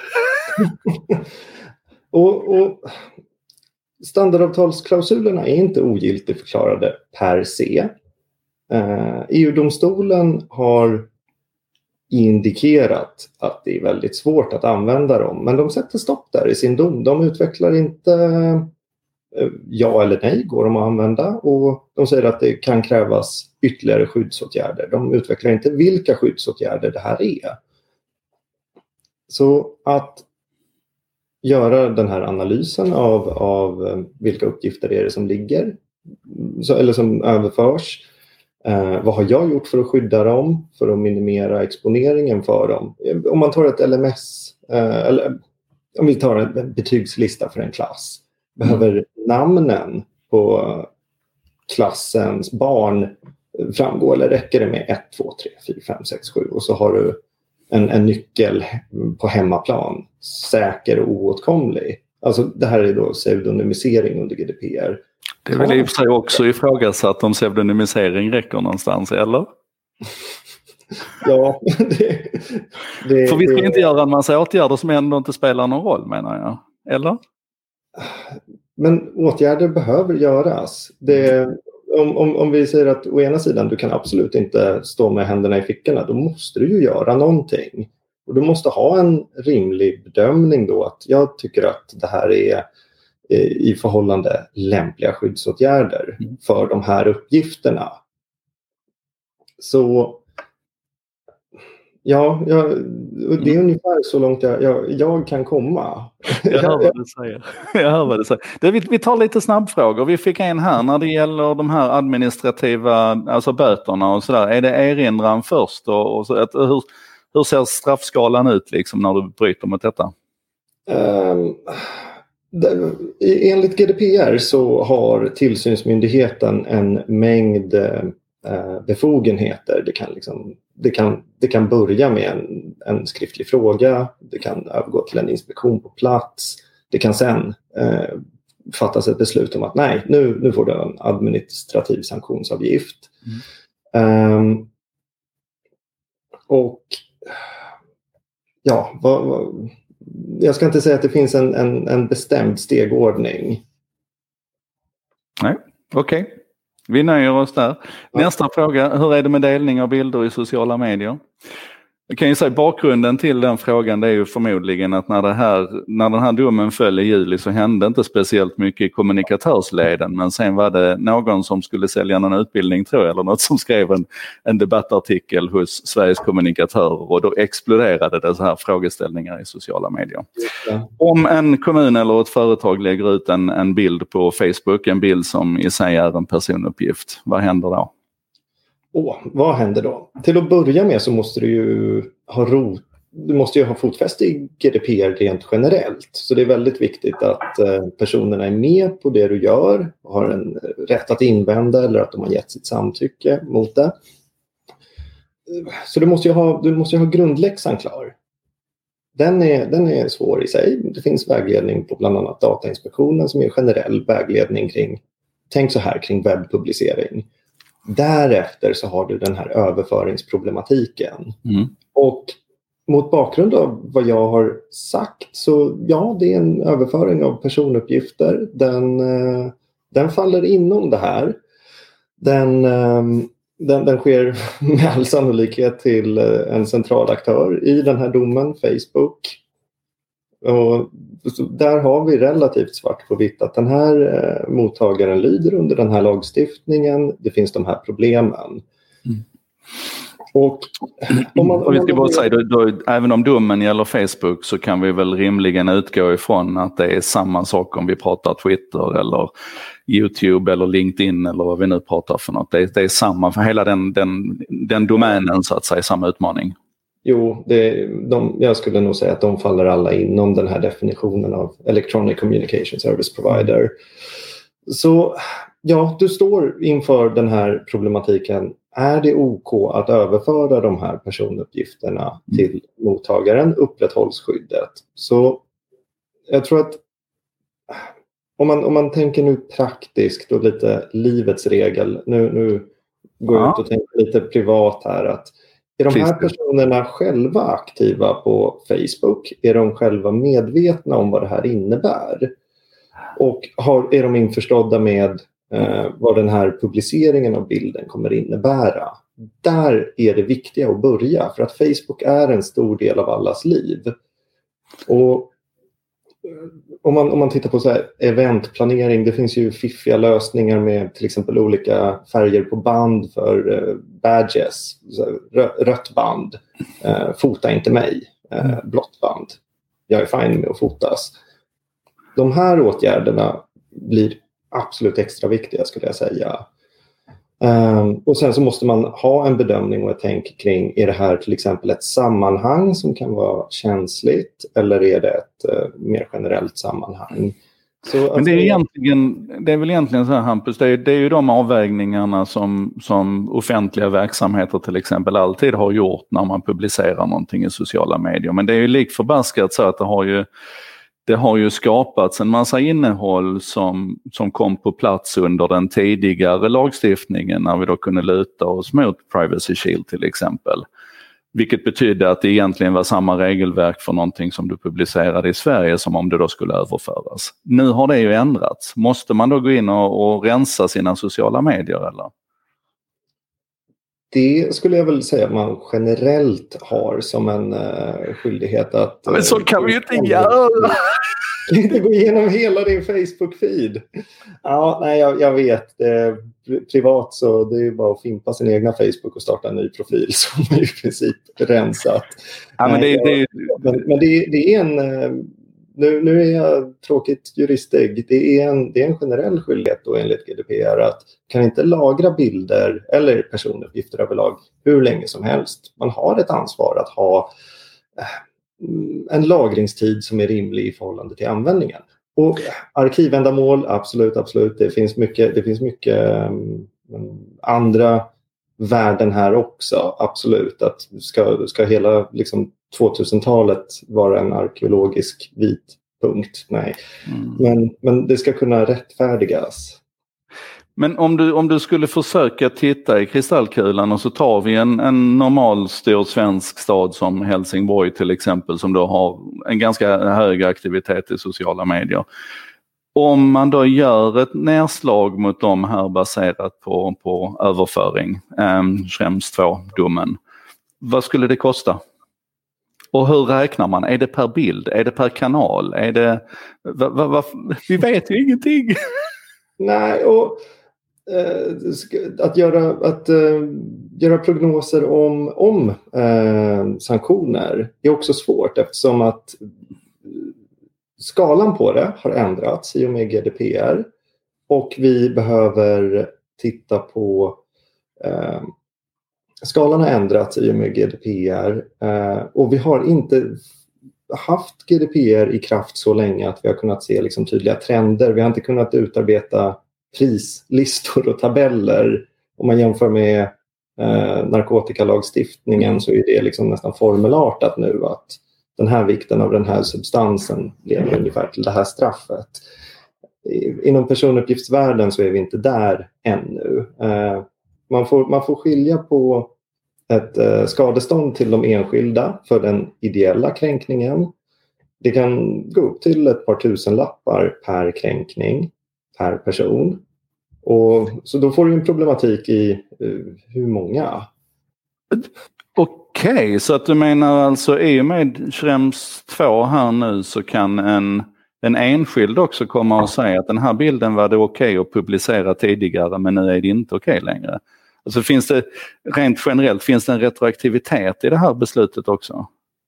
och, och standardavtalsklausulerna är inte ogiltigförklarade per se. Eh, E U-domstolen har indikerat att det är väldigt svårt att använda dem, men de sätter stopp där i sin dom. De utvecklar inte ja eller nej, går de att använda, och de säger att det kan krävas ytterligare skyddsåtgärder. De utvecklar inte vilka skyddsåtgärder det här är. Så att göra den här analysen av, av vilka uppgifter är det som ligger så, eller som överförs. Eh, vad har jag gjort för att skydda dem, för att minimera exponeringen för dem? Om man tar ett L M S, eh, eller om vi tar en betygslista för en klass, behöver mm. namnen på klassens barn framgå, eller räcker det med ett, två, tre, fyra, fem, sex, sju, och så har du en, en nyckel på hemmaplan, säker och oåtkomlig? Alltså det här är då pseudonymisering under G D P R. Det är väl i och för sig också ifrågasatt om pseudonymisering räcker någonstans, eller? Ja, det, det, för vi ska det, inte göra en massa åtgärder som ändå inte spelar någon roll, menar jag. Eller? Men åtgärder behöver göras. Det, om, om, om vi säger att å ena sidan du kan absolut inte stå med händerna i fickorna, då måste du ju göra någonting. Och du måste ha en rimlig bedömning då, att jag tycker att det här är i förhållande lämpliga skyddsåtgärder för de här uppgifterna. Så ja, jag, det är ungefär så långt jag, jag, jag kan komma. Jag hör vad du säger. Jag hör vad du säger. Det, vi, vi tar lite snabbfrågor. Vi fick en här när det gäller de här administrativa, alltså böterna och sådär. Är det erinran först? Och, och så, att, hur, hur ser straffskalan ut liksom när du bryter mot detta? Um, det, enligt G D P R så har tillsynsmyndigheten en mängd eh, befogenheter. Det kan liksom Det kan, det kan börja med en, en skriftlig fråga, det kan övergå till en inspektion på plats, det kan sen eh, fattas ett beslut om att nej, nu, nu får du en administrativ sanktionsavgift. Mm. Um, och ja, vad, vad, jag ska inte säga att det finns en, en, en bestämd stegordning. Nej, okej. Okay. Vi nöjer oss där. Nästa ja. fråga, hur är det med delning av bilder i sociala medier? Jag kan ju säga bakgrunden till den frågan, det är ju förmodligen att när, det här, när den här domen föll i juli så hände inte speciellt mycket i kommunikatörsleden, men sen var det någon som skulle sälja någon utbildning, tror jag, eller något, som skrev en, en debattartikel hos Sveriges kommunikatörer, och då exploderade det så här frågeställningar i sociala medier. Ja. Om en kommun eller ett företag lägger ut en, en bild på Facebook, en bild som i sig är en personuppgift, vad händer då? Åh, vad händer då? Till att börja med så måste du ju ha rot, du måste ju ha fotfäste i G D P R rent generellt. Så det är väldigt viktigt att eh, personerna är med på det du gör, har en rätt att invända eller att de har gett sitt samtycke mot det. Så du måste ju ha, du måste ju ha grundläxan klar. Den är, den är svår i sig. Det finns vägledning på bland annat Datainspektionen som är generell vägledning kring, tänk så här, kring webbpublicering. Därefter så har du den här överföringsproblematiken. Mm. Och mot bakgrund av vad jag har sagt så ja, det är en överföring av personuppgifter. Den, den faller inom det här. Den, den, den sker med all sannolikhet till en central aktör i den här domen, Facebook. Och där har vi relativt svart på vitt att den här eh, mottagaren lyder under den här lagstiftningen. Det finns de här problemen. Mm. Och, om man, om och vi ska man bara då... säga, då, då, även om domen gäller Facebook så kan vi väl rimligen utgå ifrån att det är samma sak om vi pratar Twitter eller YouTube eller LinkedIn eller vad vi nu pratar för något. Det är, det är samma för hela den, den, den domänen, så att säga, samma utmaning. Jo, det, de, jag skulle nog säga att de faller alla inom den här definitionen av Electronic Communication Service Provider. Så ja, du står inför den här problematiken. Är det OK att överföra de här personuppgifterna till mottagaren? Upprätthålls skyddet? Så jag tror att om man, om man tänker nu praktiskt och lite livets regel. Nu, nu går jag ut och tänker lite privat här. Att är de här personerna själva aktiva på Facebook? Är de själva medvetna om vad det här innebär? Och har, är de införstådda med eh, vad den här publiceringen av bilden kommer innebära? Där är det viktiga att börja. För att Facebook är en stor del av allas liv. Och om man, om man tittar på så här eventplanering, det finns ju fiffiga lösningar med till exempel olika färger på band för eh, badges. Rö, rött band, eh, fota inte mig, eh, blått band. Jag är fine med att fotas. De här åtgärderna blir absolut extra viktiga, skulle jag säga. Um, och sen så måste man ha en bedömning och ett tänk kring, är det här till exempel ett sammanhang som kan vara känsligt eller är det ett uh, mer generellt sammanhang? Så, Men alltså, det är, egentligen, det är väl egentligen så här, Hampus, det är, det är ju de avvägningarna som, som offentliga verksamheter till exempel alltid har gjort när man publicerar någonting i sociala medier. Men det är ju lik förbaskat så att det har ju Det har ju skapats en massa innehåll som, som kom på plats under den tidigare lagstiftningen när vi då kunde luta oss mot Privacy Shield till exempel. Vilket betydde att det egentligen var samma regelverk för någonting som du publicerade i Sverige som om det då skulle överföras. Nu har det ju ändrats. Måste man då gå in och, och rensa sina sociala medier eller? Det skulle jag väl säga att man generellt har som en uh, skyldighet att... Men så kan uh, vi ju inte göra! Inte gå igenom hela din Facebook-feed. Ja, nej, jag, jag vet. Eh, privat så det är ju bara att fimpa sin egna Facebook och starta en ny profil som är i princip rensat. Ja, men det, nej, jag, det, men, men det, det är en... Nu, nu är jag tråkigt juristig. Det är en, det är en generell skyldighet då enligt G D P R att kan inte lagra bilder eller personuppgifter överlag hur länge som helst. Man har ett ansvar att ha en lagringstid som är rimlig i förhållande till användningen. Och arkivändamål, absolut, absolut. Det finns mycket, det finns mycket um, andra värden här också, absolut. Att ska, ska hela liksom, tvåtusentalet vara en arkeologisk vit punkt? Nej. Mm. Men, men det ska kunna rättfärdigas. Men om du, om du skulle försöka titta i kristallkulan och så tar vi en, en normal stor svensk stad som Helsingborg till exempel som då har en ganska hög aktivitet i sociala medier. Om man då gör ett nedslag mot dem här baserat på, på överföring, eh, Schrems två-domen, vad skulle det kosta? Och hur räknar man? Är det per bild? Är det per kanal? Är det, va, va, va, vi vet ju ingenting. Nej, och eh, att, göra, att eh, göra prognoser om, om eh, sanktioner är också svårt eftersom att skalan på det har ändrats i och med G D P R och vi behöver titta på eh, skalan har ändrats i och med G D P R eh, och vi har inte haft G D P R i kraft så länge att vi har kunnat se liksom tydliga trender. Vi har inte kunnat utarbeta prislistor och tabeller. Om man jämför med eh, narkotikalagstiftningen så är det liksom nästan formulartat nu att den här vikten av den här substansen leder ungefär till det här straffet. Inom personuppgiftsvärlden så är vi inte där ännu. Eh, man, får, man får skilja på ett eh, skadestånd till de enskilda för den ideella kränkningen. Det kan gå upp till ett par tusen lappar per kränkning, per person. Och, så då får du en problematik i uh, hur många. Och Okej, okay, så att du menar alltså i och med Schrems två här nu så kan en, en enskild också komma och säga att den här bilden var det okej okay att publicera tidigare men nu är det inte okej okay längre. Alltså finns det rent generellt, finns det en retroaktivitet i det här beslutet också?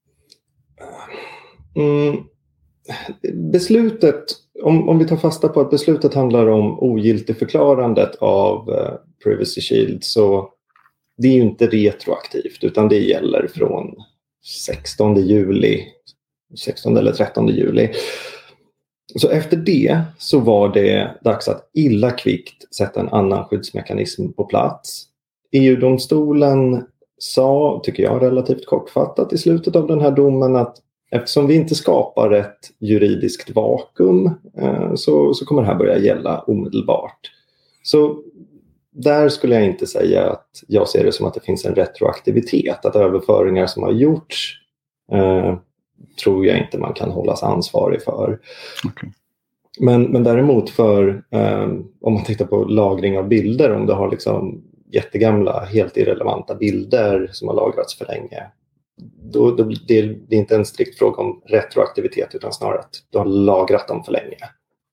Mm. Beslutet, om, om vi tar fasta på att beslutet handlar om ogiltigförklarandet av uh, Privacy Shield, så det är ju inte retroaktivt utan det gäller från sextonde juli, sextonde eller trettonde juli. Så efter det så var det dags att illa kvickt sätta en annan skyddsmekanism på plats. E U-domstolen sa, tycker jag relativt kortfattat i slutet av den här domen, att eftersom vi inte skapar ett juridiskt vakuum eh, så, så kommer det här börja gälla omedelbart. Så där skulle jag inte säga att jag ser det som att det finns en retroaktivitet. Att överföringar som har gjorts eh, tror jag inte man kan hållas ansvarig för. Okay. Men, men däremot för eh, om man tittar på lagring av bilder, om du har liksom jättegamla, helt irrelevanta bilder som har lagrats för länge. Då, då, det, det är inte en strikt fråga om retroaktivitet utan snarare att du har lagrat dem för länge.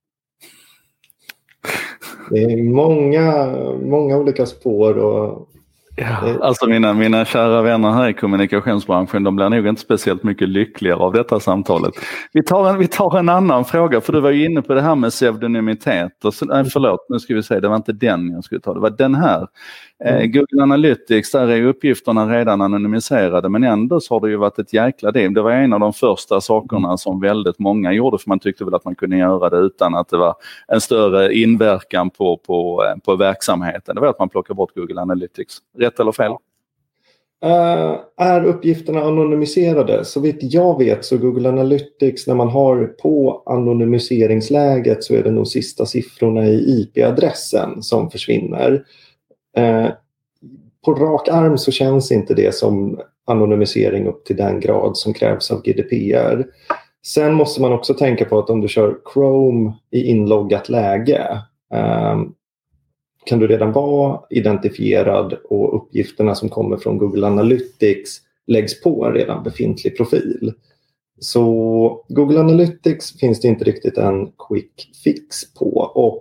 Det är många, många olika spår. Och ja, alltså mina, mina kära vänner här i kommunikationsbranschen, de blir nog inte speciellt mycket lyckligare av detta samtalet. Vi tar en, vi tar en annan fråga, för du var ju inne på det här med pseudonymitet. Och så, nej, förlåt, nu ska vi säga, det var inte den jag skulle ta, det var den här. Eh, Google Analytics, där är uppgifterna redan anonymiserade, men ändå så har det ju varit ett jäkla det. Det var en av de första sakerna som väldigt många gjorde, för man tyckte väl att man kunde göra det utan att det var en större inverkan på, på, på verksamheten. Det var att man plockar bort Google Analytics. Rätt eller fel? Uh, är uppgifterna anonymiserade? Så vitt jag vet så Google Analytics, när man har på anonymiseringsläget så är det nog sista siffrorna i I P-adressen som försvinner. Uh, på rak arm så känns inte det som anonymisering upp till den grad som krävs av G D P R. Sen måste man också tänka på att om du kör Chrome i inloggat läge um, kan du redan vara identifierad och uppgifterna som kommer från Google Analytics läggs på en redan befintlig profil. Så Google Analytics finns det inte riktigt en quick fix på. Och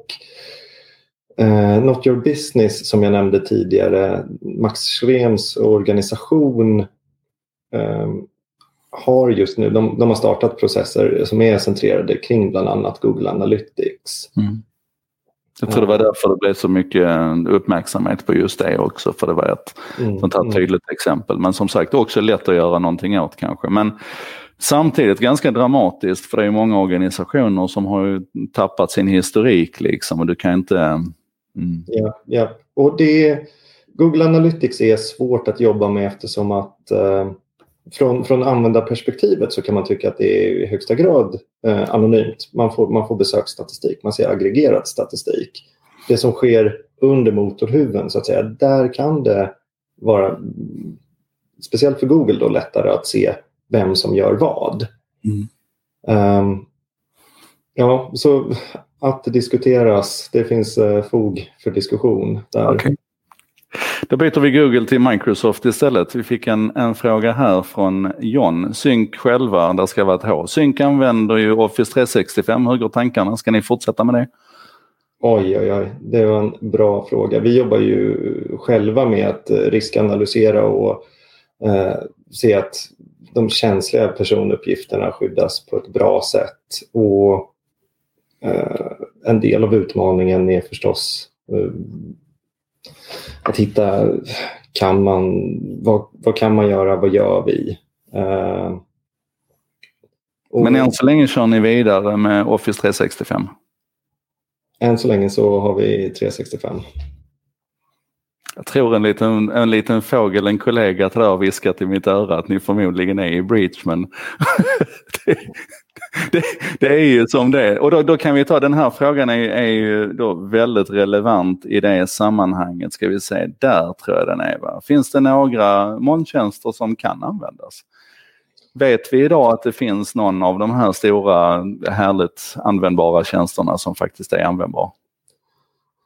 eh, Not Your Business, som jag nämnde tidigare, Max Schrems organisation eh, har just nu, de, de har startat processer som är centrerade kring bland annat Google Analytics. Mm. Jag tror det var därför det blev så mycket uppmärksamhet på just det också, för det var ett mm, sånt här tydligt mm. exempel. Men som sagt också lätt att göra någonting åt kanske. Men samtidigt ganska dramatiskt, för det är många organisationer som har ju tappat sin historik liksom, och du kan inte... Mm. Ja, ja, och det, Google Analytics är svårt att jobba med eftersom att eh, från, från användarperspektivet så kan man tycka att det är i högsta grad eh, anonymt. Man får, man får besöksstatistik, man ser aggregerad statistik. Det som sker under motorhuven så att säga, där kan det vara, speciellt för Google då, lättare att se vem som gör vad. Mm. Um, ja, så att det diskuteras, det finns uh, fog för diskussion där. Okay. Då byter vi Google till Microsoft istället. Vi fick en, en fråga här från John. Sync själva, där ska vara ett H. Sync använder ju Office tre sextiofem. Hur går tankarna? Ska ni fortsätta med det? Oj, oj, oj. Det var en bra fråga. Vi jobbar ju själva med att riskanalysera och eh, se att de känsliga personuppgifterna skyddas på ett bra sätt. Och eh, en del av utmaningen är förstås eh, att hitta, kan man, vad, vad kan man göra, vad gör vi? Uh, och, Men än så länge kör ni vidare med Office tre sextiofem? Än så länge så har vi tre sextiofem. Jag tror en liten, en liten fågel, en kollega till det har viskat i mitt öra att ni förmodligen är i breach, men det, det, det är ju som det är. Och då, då kan vi ta, den här frågan är, är ju då väldigt relevant i det sammanhanget, ska vi säga. Där tror jag den är, va? Finns det några molntjänster som kan användas? Vet vi idag att det finns någon av de här stora, härligt användbara tjänsterna som faktiskt är användbar?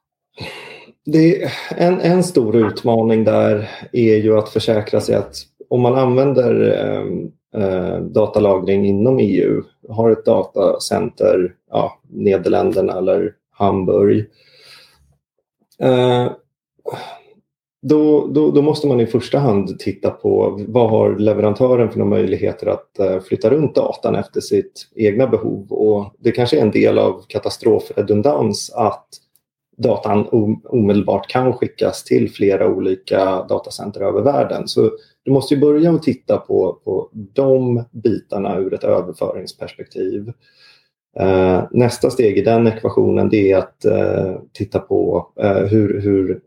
Det, en, en stor utmaning där är ju att försäkra sig att om man använder eh, eh, datalagring inom E U, har ett datacenter, ja, Nederländerna eller Hamburg, eh, då, då, då måste man i första hand titta på vad har leverantören för några möjligheter att eh, flytta runt datan efter sitt egna behov. Och det kanske är en del av katastrofredundans att datan omedelbart kan skickas till flera olika datacenter över världen. Så du måste ju börja att titta på, på de bitarna ur ett överföringsperspektiv. Eh, nästa steg i den ekvationen, det är att eh, titta på eh, hur, hur,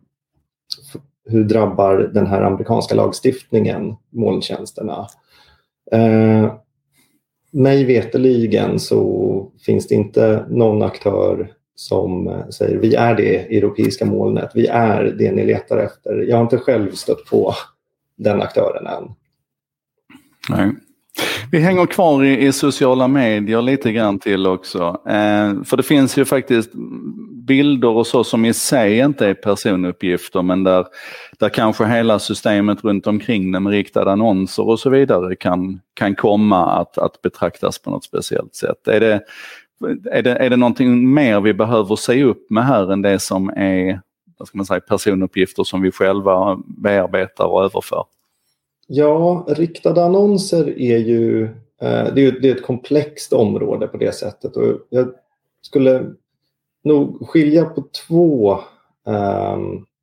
hur drabbar den här amerikanska lagstiftningen molntjänsterna. Eh, mig veteligen så finns det inte någon aktör som säger vi är det europeiska molnet, vi är det ni letar efter. Jag har inte själv stött på den aktören än. Nej. Vi hänger kvar i, i sociala medier lite grann till också. Eh, för det finns ju faktiskt bilder och så som i sig inte är personuppgifter, men där, där kanske hela systemet runt omkring det med riktade annonser och så vidare kan, kan komma att, att betraktas på något speciellt sätt. Är det Är det, är det någonting mer vi behöver se upp med här än det som är, vad ska man säga, personuppgifter som vi själva bearbetar och överför? Ja, riktade annonser är ju, eh, det är, det är ett komplext område på det sättet. Och jag skulle nog skilja på två. Eh,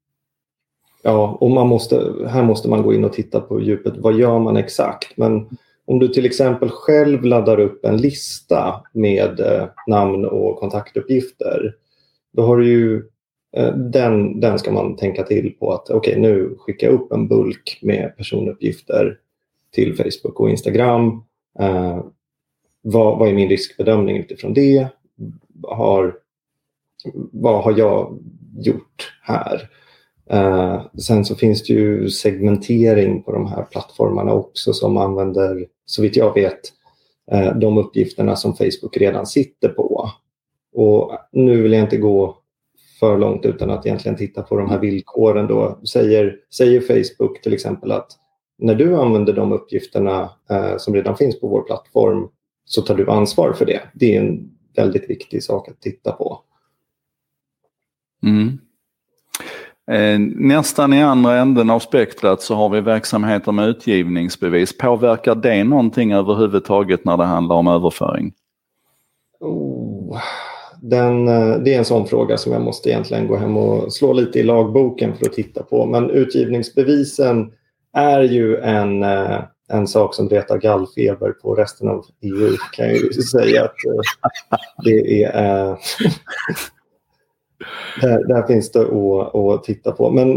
ja, och man måste, här måste man gå in och titta på djupet. Vad gör man exakt? Men om du till exempel själv laddar upp en lista med eh, namn och kontaktuppgifter, då har du ju eh, den, den ska man tänka till på att okej, okay, nu skickar jag upp en bulk med personuppgifter till Facebook och Instagram. Eh, vad, vad är min riskbedömning utifrån det? Har, vad har jag gjort här? Uh, sen så finns det ju segmentering på de här plattformarna också som använder, så vitt jag vet, uh, de uppgifterna som Facebook redan sitter på. Och nu vill jag inte gå för långt utan att egentligen titta på de här villkoren då. Säger, säger Facebook till exempel att när du använder de uppgifterna uh, som redan finns på vår plattform så tar du ansvar för det. Det är en väldigt viktig sak att titta på. Mm. Eh, nästan i andra änden av spektrat så har vi verksamheter med utgivningsbevis. Påverkar det någonting överhuvudtaget när det handlar om överföring? Oh, den, det är en sån fråga som jag måste egentligen gå hem och slå lite i lagboken för att titta på. Men utgivningsbevisen är ju en, en sak som retar gallfeber på resten av E U, kan jag ju säga att det är... Där, där finns det att, att titta på. Men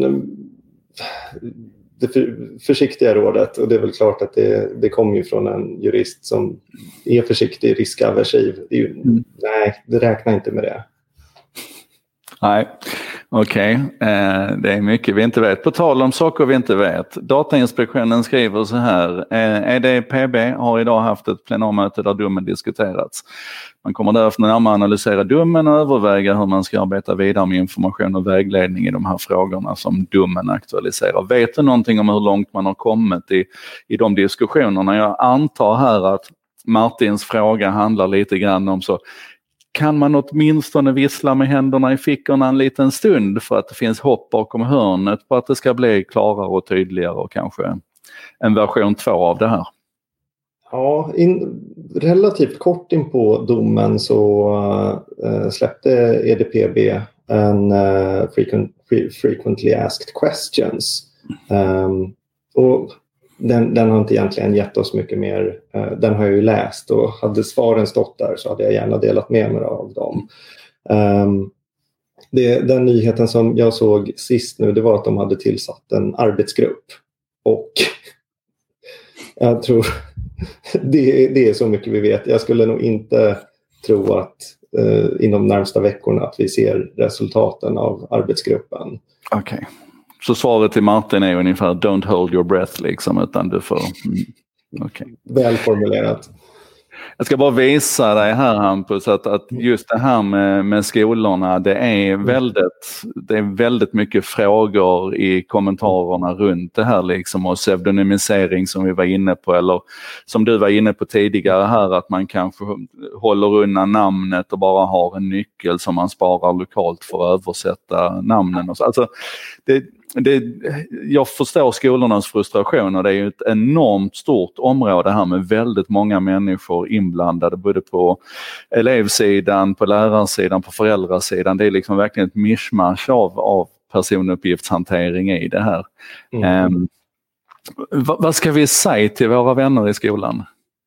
det för, försiktiga rådet, och det är väl klart att det, det kommer ju från en jurist som är försiktig, riskaversiv. Det är ju, mm. Nej, det räknar inte med det. Nej, okej. Okay. Eh, det är mycket vi inte vet. På tal om saker vi inte vet. Datainspektionen skriver så här. Eh, E D P B har idag haft ett plenarmöte där domen diskuterats. Man kommer därefter närmare analysera domen och överväga hur man ska arbeta vidare med information och vägledning i de här frågorna som domen aktualiserar. Vet du någonting om hur långt man har kommit i, i de diskussionerna? Jag antar här att Martins fråga handlar lite grann om så. Kan man åtminstone vissla med händerna i fickorna en liten stund för att det finns hopp bakom hörnet på att det ska bli klarare och tydligare och kanske en version två av det här? Ja, in, relativt kort in på domen så uh, släppte E D P B en uh, frequent, frequently asked questions. Um, och den, den har inte egentligen gett oss mycket mer. Uh, den har jag ju läst, och hade svaren stått där så hade jag gärna delat med mig av dem. Um, det, den nyheten som jag såg sist nu, det var att de hade tillsatt en arbetsgrupp. Och jag tror det, det är så mycket vi vet. Jag skulle nog inte tro att eh, inom närmsta veckorna att vi ser resultaten av arbetsgruppen. Okej. Okay. Så svaret till Martin är ungefär don't hold your breath liksom, utan du får... Mm. Okay. Väl formulerat. Jag ska bara visa dig här, Hampus, att, att just det här med, med skolorna, det är, väldigt, det är väldigt mycket frågor i kommentarerna runt det här liksom, och pseudonymisering som vi var inne på, eller som du var inne på tidigare här, att man kanske håller undan namnet och bara har en nyckel som man sparar lokalt för att översätta namnen. Och så. Alltså, det, det, jag förstår skolornas frustration, och det är ju ett enormt stort område här med väldigt många människor inblandade, både på elevsidan, på lärarsidan, på föräldrasidan. Det är liksom verkligen ett mischmasch av, av personuppgiftshantering i det här. Mm. Um, vad, vad ska vi säga till våra vänner i skolan?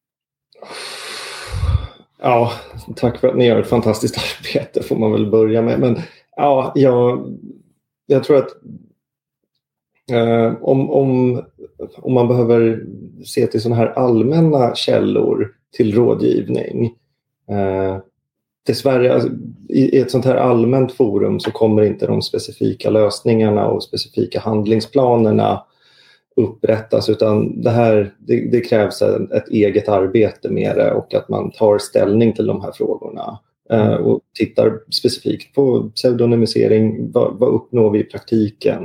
Ja, tack för att ni gör ett fantastiskt arbete, får man väl börja med. Men ja, jag, jag tror att eh, om, om, om man behöver se till sådana här allmänna källor till rådgivning, eh, dessvärre alltså, i, i ett sånt här allmänt forum så kommer inte de specifika lösningarna och specifika handlingsplanerna upprättas, utan det här det, det krävs ett, ett eget arbete med det, och att man tar ställning till de här frågorna eh, och tittar specifikt på pseudonymisering. Vad, vad uppnår vi i praktiken?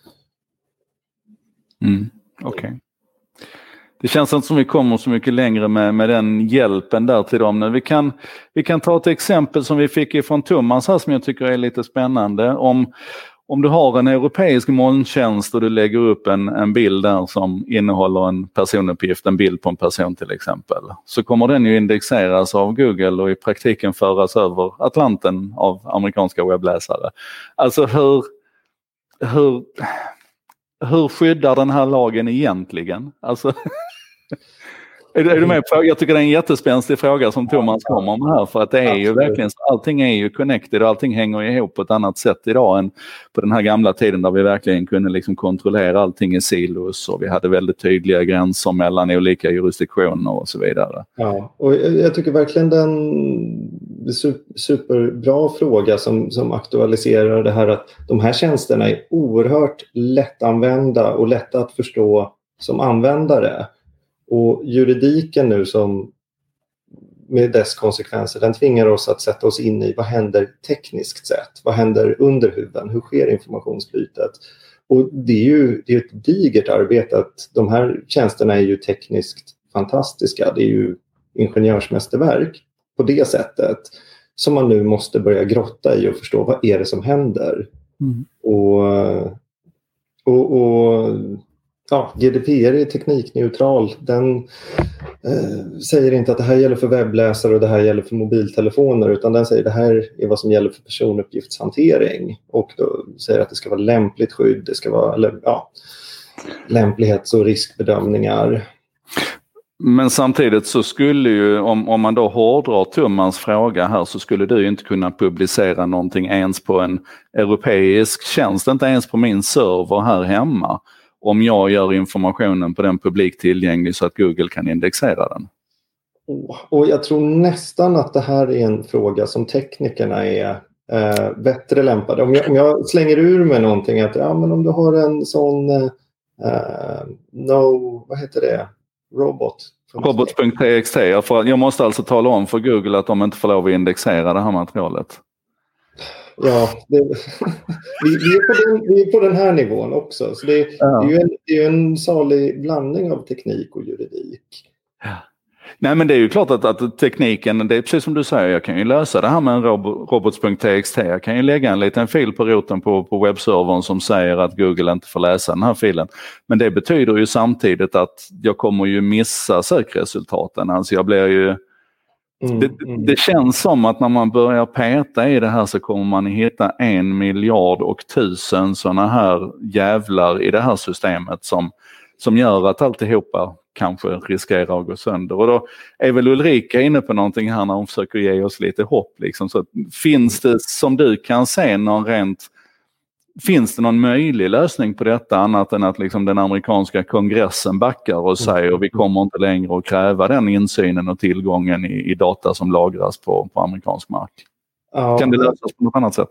Mm, Okej. Okay. Det känns inte som vi kommer så mycket längre med, med den hjälpen där till dem. Vi kan, vi kan ta ett exempel som vi fick ifrån Thomas här, som jag tycker är lite spännande. Om Om du har en europeisk molntjänst och du lägger upp en, en bild där som innehåller en personuppgift, en bild på en person till exempel, så kommer den ju indexeras av Google och i praktiken föras över Atlanten av amerikanska webbläsare. Alltså hur, hur, hur skyddar den här lagen egentligen? Alltså... Är du, är du med på? Jag tycker det är en jättespänstig fråga som Thomas kommer med här, för att det är ju verkligen, allting är ju connected och allting hänger ihop på ett annat sätt idag än på den här gamla tiden där vi verkligen kunde liksom kontrollera allting i silos och vi hade väldigt tydliga gränser mellan olika jurisdiktioner och så vidare. Ja, och jag tycker verkligen den superbra fråga som, som aktualiserar det här, att de här tjänsterna är oerhört lättanvända och lätta att förstå som användare. Och juridiken nu som med dess konsekvenser, den tvingar oss att sätta oss in i vad händer tekniskt sett. Vad händer under huven? Hur sker informationsflytet? Och det är ju det är ett digert arbete. Att de här tjänsterna är ju tekniskt fantastiska. Det är ju ingenjörsmästerverk på det sättet som man nu måste börja grotta i och förstå vad är det som händer. Mm. Och, och, och ja, G D P R är teknikneutral. Den eh, säger inte att det här gäller för webbläsare och det här gäller för mobiltelefoner, utan den säger att det här är vad som gäller för personuppgiftshantering, och då säger att det ska vara lämpligt skydd, det ska vara eller, ja, lämplighets- och riskbedömningar. Men samtidigt så skulle ju, om, om man då hårdrar Thomas fråga här, så skulle du ju inte kunna publicera någonting ens på en europeisk tjänst, inte ens på min server här hemma, om jag gör informationen på den publikt tillgänglig så att Google kan indexera den. Och jag tror nästan att det här är en fråga som teknikerna är eh, bättre lämpade. Om jag, om jag slänger ur med någonting, att ja, men om du har en sån eh, no, vad heter det? Robot. Robots punkt t x t. Jag, jag måste alltså tala om för Google att de inte får lov att indexera det här materialet. Ja, det, vi, vi, är på den, vi är på den här nivån också. Så det, ja. det är ju en, det är en salig blandning av teknik och juridik. Ja. Nej, men det är ju klart att, att tekniken, det är precis som du säger, jag kan ju lösa det här med en rob- robots punkt t x t. Jag kan ju lägga en liten fil på roten på, på webbservern som säger att Google inte får läsa den här filen. Men det betyder ju samtidigt att jag kommer ju missa sökresultaten. Alltså jag blir ju... Mm, det, mm. det känns som att när man börjar peta i det här så kommer man hitta en miljard och tusen sådana här jävlar i det här systemet som, som gör att alltihopa kanske riskerar att gå sönder. Och då är väl Ulrika inne på någonting här när hon försöker ge oss lite hopp. Liksom. Så finns det, som du kan se, någon rent... Finns det någon möjlig lösning på detta annat än att liksom den amerikanska kongressen backar och säger att vi kommer inte längre att kräva den insynen och tillgången i, i data som lagras på, på amerikansk mark? Ja, kan det lösas på något annat sätt?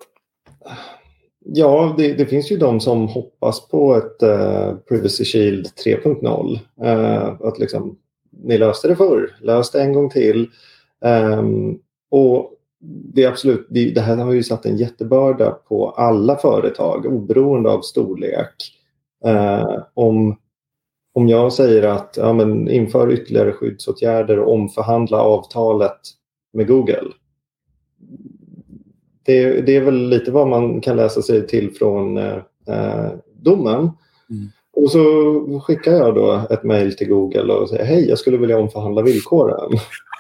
Ja, det, det finns ju de som hoppas på ett uh, Privacy Shield tre punkt noll. Uh, att liksom ni löste det förr, lös det en gång till. Um, och det är absolut, det, det här har ju satt en jättebörda på alla företag oberoende av storlek. Uh, om, om jag säger att ja, men inför ytterligare skyddsåtgärder och omförhandla avtalet med Google. Det, det är väl lite vad man kan läsa sig till från uh, domen. Mm. Och så skickar jag då ett mejl till Google och säger hej, jag skulle vilja omförhandla villkoren.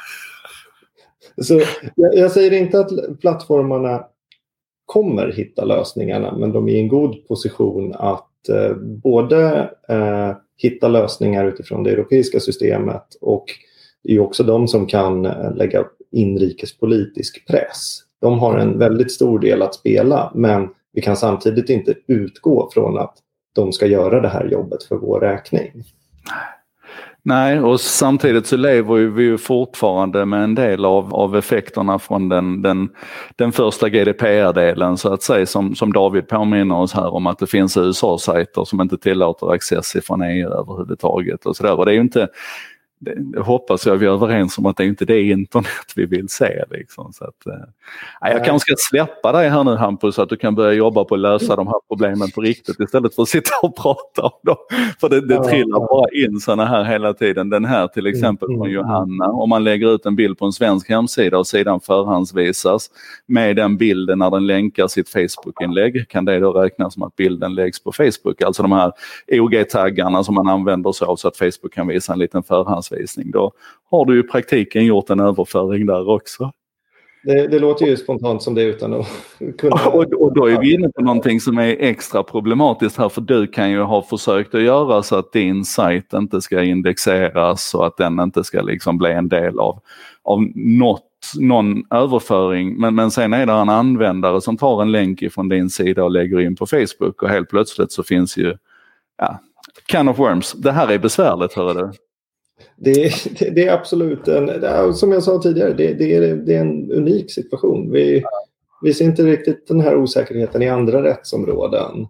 Så jag, jag säger inte att plattformarna kommer hitta lösningarna, men de är i en god position att eh, både eh, hitta lösningar utifrån det europeiska systemet, och det är ju också de som kan eh, lägga inrikespolitisk press. De har en väldigt stor del att spela, men vi kan samtidigt inte utgå från att de ska göra det här jobbet för vår räkning. Nej, och samtidigt så lever vi ju fortfarande med en del av, av effekterna från den, den, den första G D P R-delen, så att säga, som, som David påminner oss här om, att det finns U S A-sajter som inte tillåter access från E U överhuvudtaget och sådär. Och det är ju inte, det hoppas jag vi är överens om, att det är inte det internet vi vill se. Liksom. Så att, äh, jag kanske ska släppa dig här nu, Hampus, så att du kan börja jobba på att lösa de här problemen på riktigt istället för att sitta och prata om dem. För det, det trillar bara in såna här hela tiden. Den här till exempel från Johanna. Om man lägger ut en bild på en svensk hemsida och sidan förhandsvisas med den bilden när den länkar sitt Facebook-inlägg, kan det då räknas som att bilden läggs på Facebook. Alltså de här O G-taggarna som man använder sig av så att Facebook kan visa en liten förhandsvisning. Då har du ju i praktiken gjort en överföring där också. Det, det låter ju spontant som det utan att kunna... Och, och då är vi inne på någonting som är extra problematiskt här, för du kan ju ha försökt att göra så att din sajt inte ska indexeras och att den inte ska liksom bli en del av, av något, någon överföring. Men, men sen är det en användare som tar en länk från din sida och lägger in på Facebook, och helt plötsligt så finns ju ja, can of worms. Det här är besvärligt, hör du. Det, det, det är absolut en, det är, som jag sa tidigare, det, det, är, det är en unik situation. Vi, vi ser inte riktigt den här osäkerheten i andra rättsområden.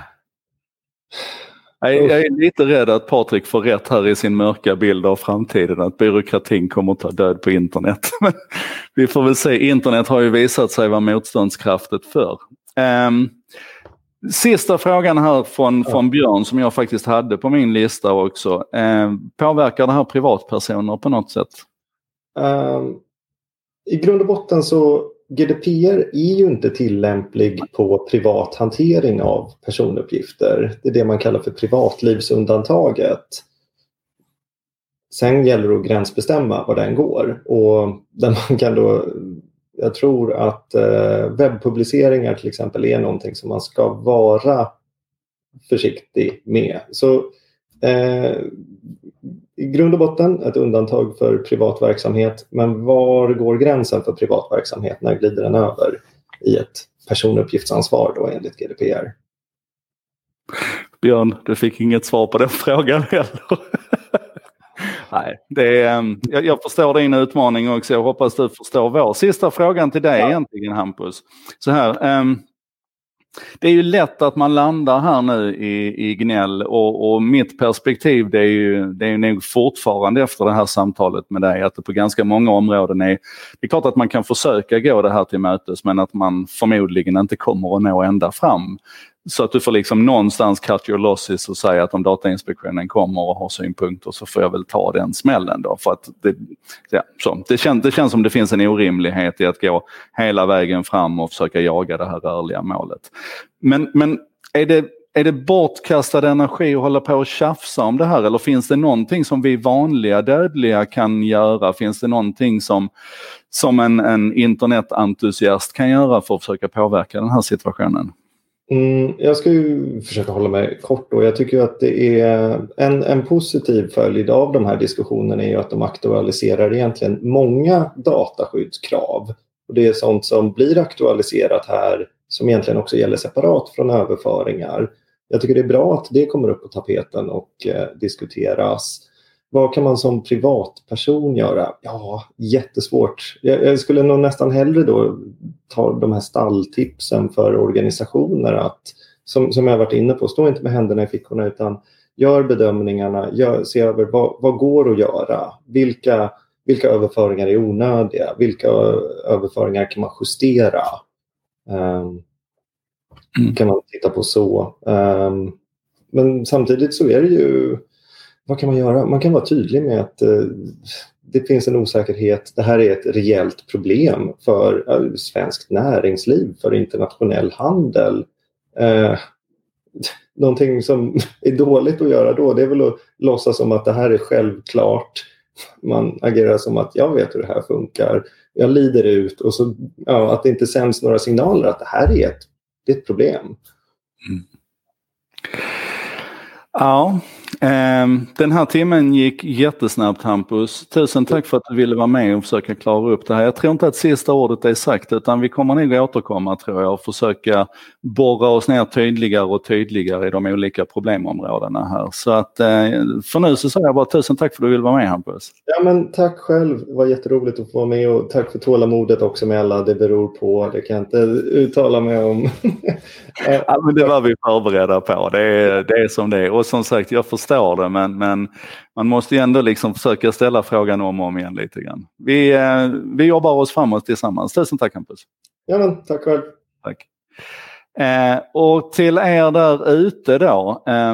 Jag, jag är lite rädd att Patrik får rätt här i sin mörka bild av framtiden, att byråkratin kommer att ta död på internet. Men vi får väl se, internet har ju visat sig vara motståndskraftigt för. Um, Sista frågan här från, ja. från Björn, som jag faktiskt hade på min lista också. Eh, påverkar det här privatpersoner på något sätt? Um, I grund och botten så G D P R är ju inte tillämplig på privat hantering av personuppgifter. Det är det man kallar för privatlivsundantaget. Sen gäller det att gränsbestämma var den går. Och där man kan då... Jag tror att eh, webbpubliceringar till exempel är någonting som man ska vara försiktig med. Så eh, i grund och botten ett undantag för privat verksamhet. Men var går gränsen för privat verksamhet? När glider den över i ett personuppgiftsansvar då enligt G D P R? Björn, du fick inget svar på den frågan heller. Nej, det är, jag, jag förstår din utmaning också. Jag hoppas du förstår vår. Sista frågan till dig ja. egentligen, Hampus. Så här, um, det är ju lätt att man landar här nu i, i gnäll, och, och mitt perspektiv det är ju det är nog fortfarande efter det här samtalet med dig att det på ganska många områden är, det är klart att man kan försöka gå det här till mötes, men att man förmodligen inte kommer att nå ända fram. Så att du får liksom någonstans cut your losses och säga att om Datainspektionen kommer och har synpunkter så får jag väl ta den smällen då. För att det, ja, så. Det, kän, det känns som det finns en orimlighet i att gå hela vägen fram och försöka jaga det här rörliga målet. Men, men är det, är det bortkastad energi att hålla på och tjafsa om det här? Eller finns det någonting som vi vanliga dödliga kan göra? Finns det någonting som, som en, en internetentusiast kan göra för att försöka påverka den här situationen? Mm, jag ska ju försöka hålla mig kort då. Jag tycker att det är en, en positiv följd av de här diskussionerna är ju att de aktualiserar egentligen många dataskyddskrav. Och det är sånt som blir aktualiserat här som egentligen också gäller separat från överföringar. Jag tycker det är bra att det kommer upp på tapeten och eh, diskuteras. Vad kan man som privatperson göra? Ja, jättesvårt. Jag, jag skulle nog nästan hellre då ta de här stalltipsen för organisationer att, som, som jag har varit inne på, stå inte med händerna i fickorna utan gör bedömningarna, gör, se över vad, vad går att göra, vilka, vilka överföringar är onödiga, vilka överföringar kan man justera. Um, mm. Kan man titta på så. Um, men samtidigt så är det ju, vad kan man göra? Man kan vara tydlig med att uh, det finns en osäkerhet. Det här är ett rejält problem för uh, svenskt näringsliv, för internationell handel. Uh, någonting som är dåligt att göra då, det är väl att låtsas som att det här är självklart. Man agerar som att jag vet hur det här funkar. Jag lider ut och så, ja, att det inte sänds några signaler att det här är ett, det är ett problem. Mm. Ja, eh, den här timmen gick jättesnabbt, Hampus. Tusen tack för att du ville vara med och försöka klara upp det här. Jag tror inte att sista ordet är sagt, utan vi kommer nog återkomma, tror jag, och försöka borra oss ner tydligare och tydligare i de olika problemområdena här. Så att eh, för nu så säger jag bara tusen tack för att du ville vara med, Hampus. Ja, men tack själv. Det var jätteroligt att få vara med, och tack för tålamodet också med alla. Det beror på, det kan jag inte uttala mig om. Ja, men det var vi förberedda på. Det är, det är som det är. Och som sagt, jag förstår det, men, men man måste ju ändå liksom försöka ställa frågan om och om igen lite grann. Vi, eh, vi jobbar oss framåt tillsammans. Tusen tack, Hampus. Ja, men tack själv. Tack. Eh, och till er där ute då, eh,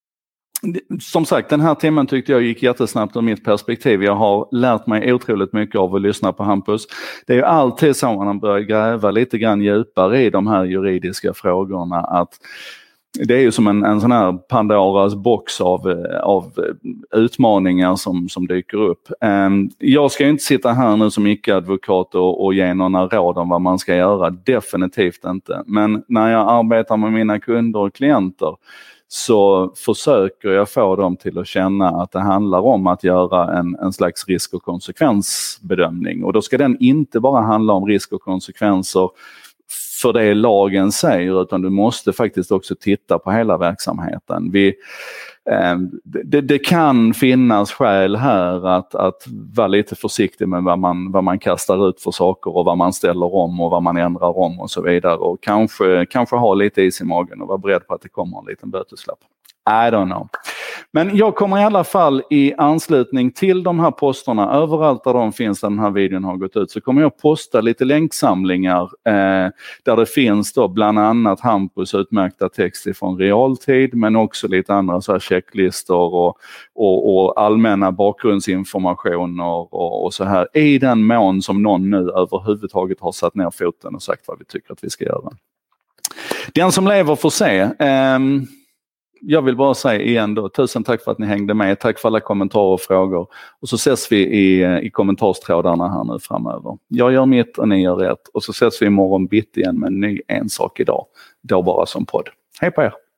som sagt, den här timmen tyckte jag gick jättesnabbt ur mitt perspektiv. Jag har lärt mig otroligt mycket av att lyssna på Hampus. Det är ju alltid så när man börjar gräva lite grann djupare i de här juridiska frågorna, att det är ju som en, en sån här Pandoras box av, av utmaningar som, som dyker upp. Um, jag ska ju inte sitta här nu som icke-advokat och, och ge några råd om vad man ska göra. Definitivt inte. Men när jag arbetar med mina kunder och klienter så försöker jag få dem till att känna att det handlar om att göra en, en slags risk- och konsekvensbedömning. Och då ska den inte bara handla om risk och konsekvenser för det lagen säger, utan du måste faktiskt också titta på hela verksamheten. Vi, eh, det, det kan finnas skäl här att, att vara lite försiktig med vad man, vad man kastar ut för saker och vad man ställer om och vad man ändrar om och så vidare. Och kanske, kanske ha lite is i magen och vara beredd på att det kommer en liten böteslapp. I don't know. Men jag kommer i alla fall i anslutning till de här posterna, överallt där de finns där den här videon har gått ut, så kommer jag posta lite länksamlingar eh, där det finns då bland annat Hampus utmärkta text ifrån realtid, men också lite andra så här checklistor och, och, och allmänna bakgrundsinformationer och, och så här, i den mån som någon nu överhuvudtaget har satt ner foten och sagt vad vi tycker att vi ska göra. Den som lever får se. Eh, Jag vill bara säga igen då, tusen tack för att ni hängde med. Tack för alla kommentarer och frågor. Och så ses vi i, i kommentarstrådarna här nu framöver. Jag gör mitt och ni gör rätt. Och så ses vi imorgon bitti igen med en ny En sak idag. Då bara som podd. Hej på er!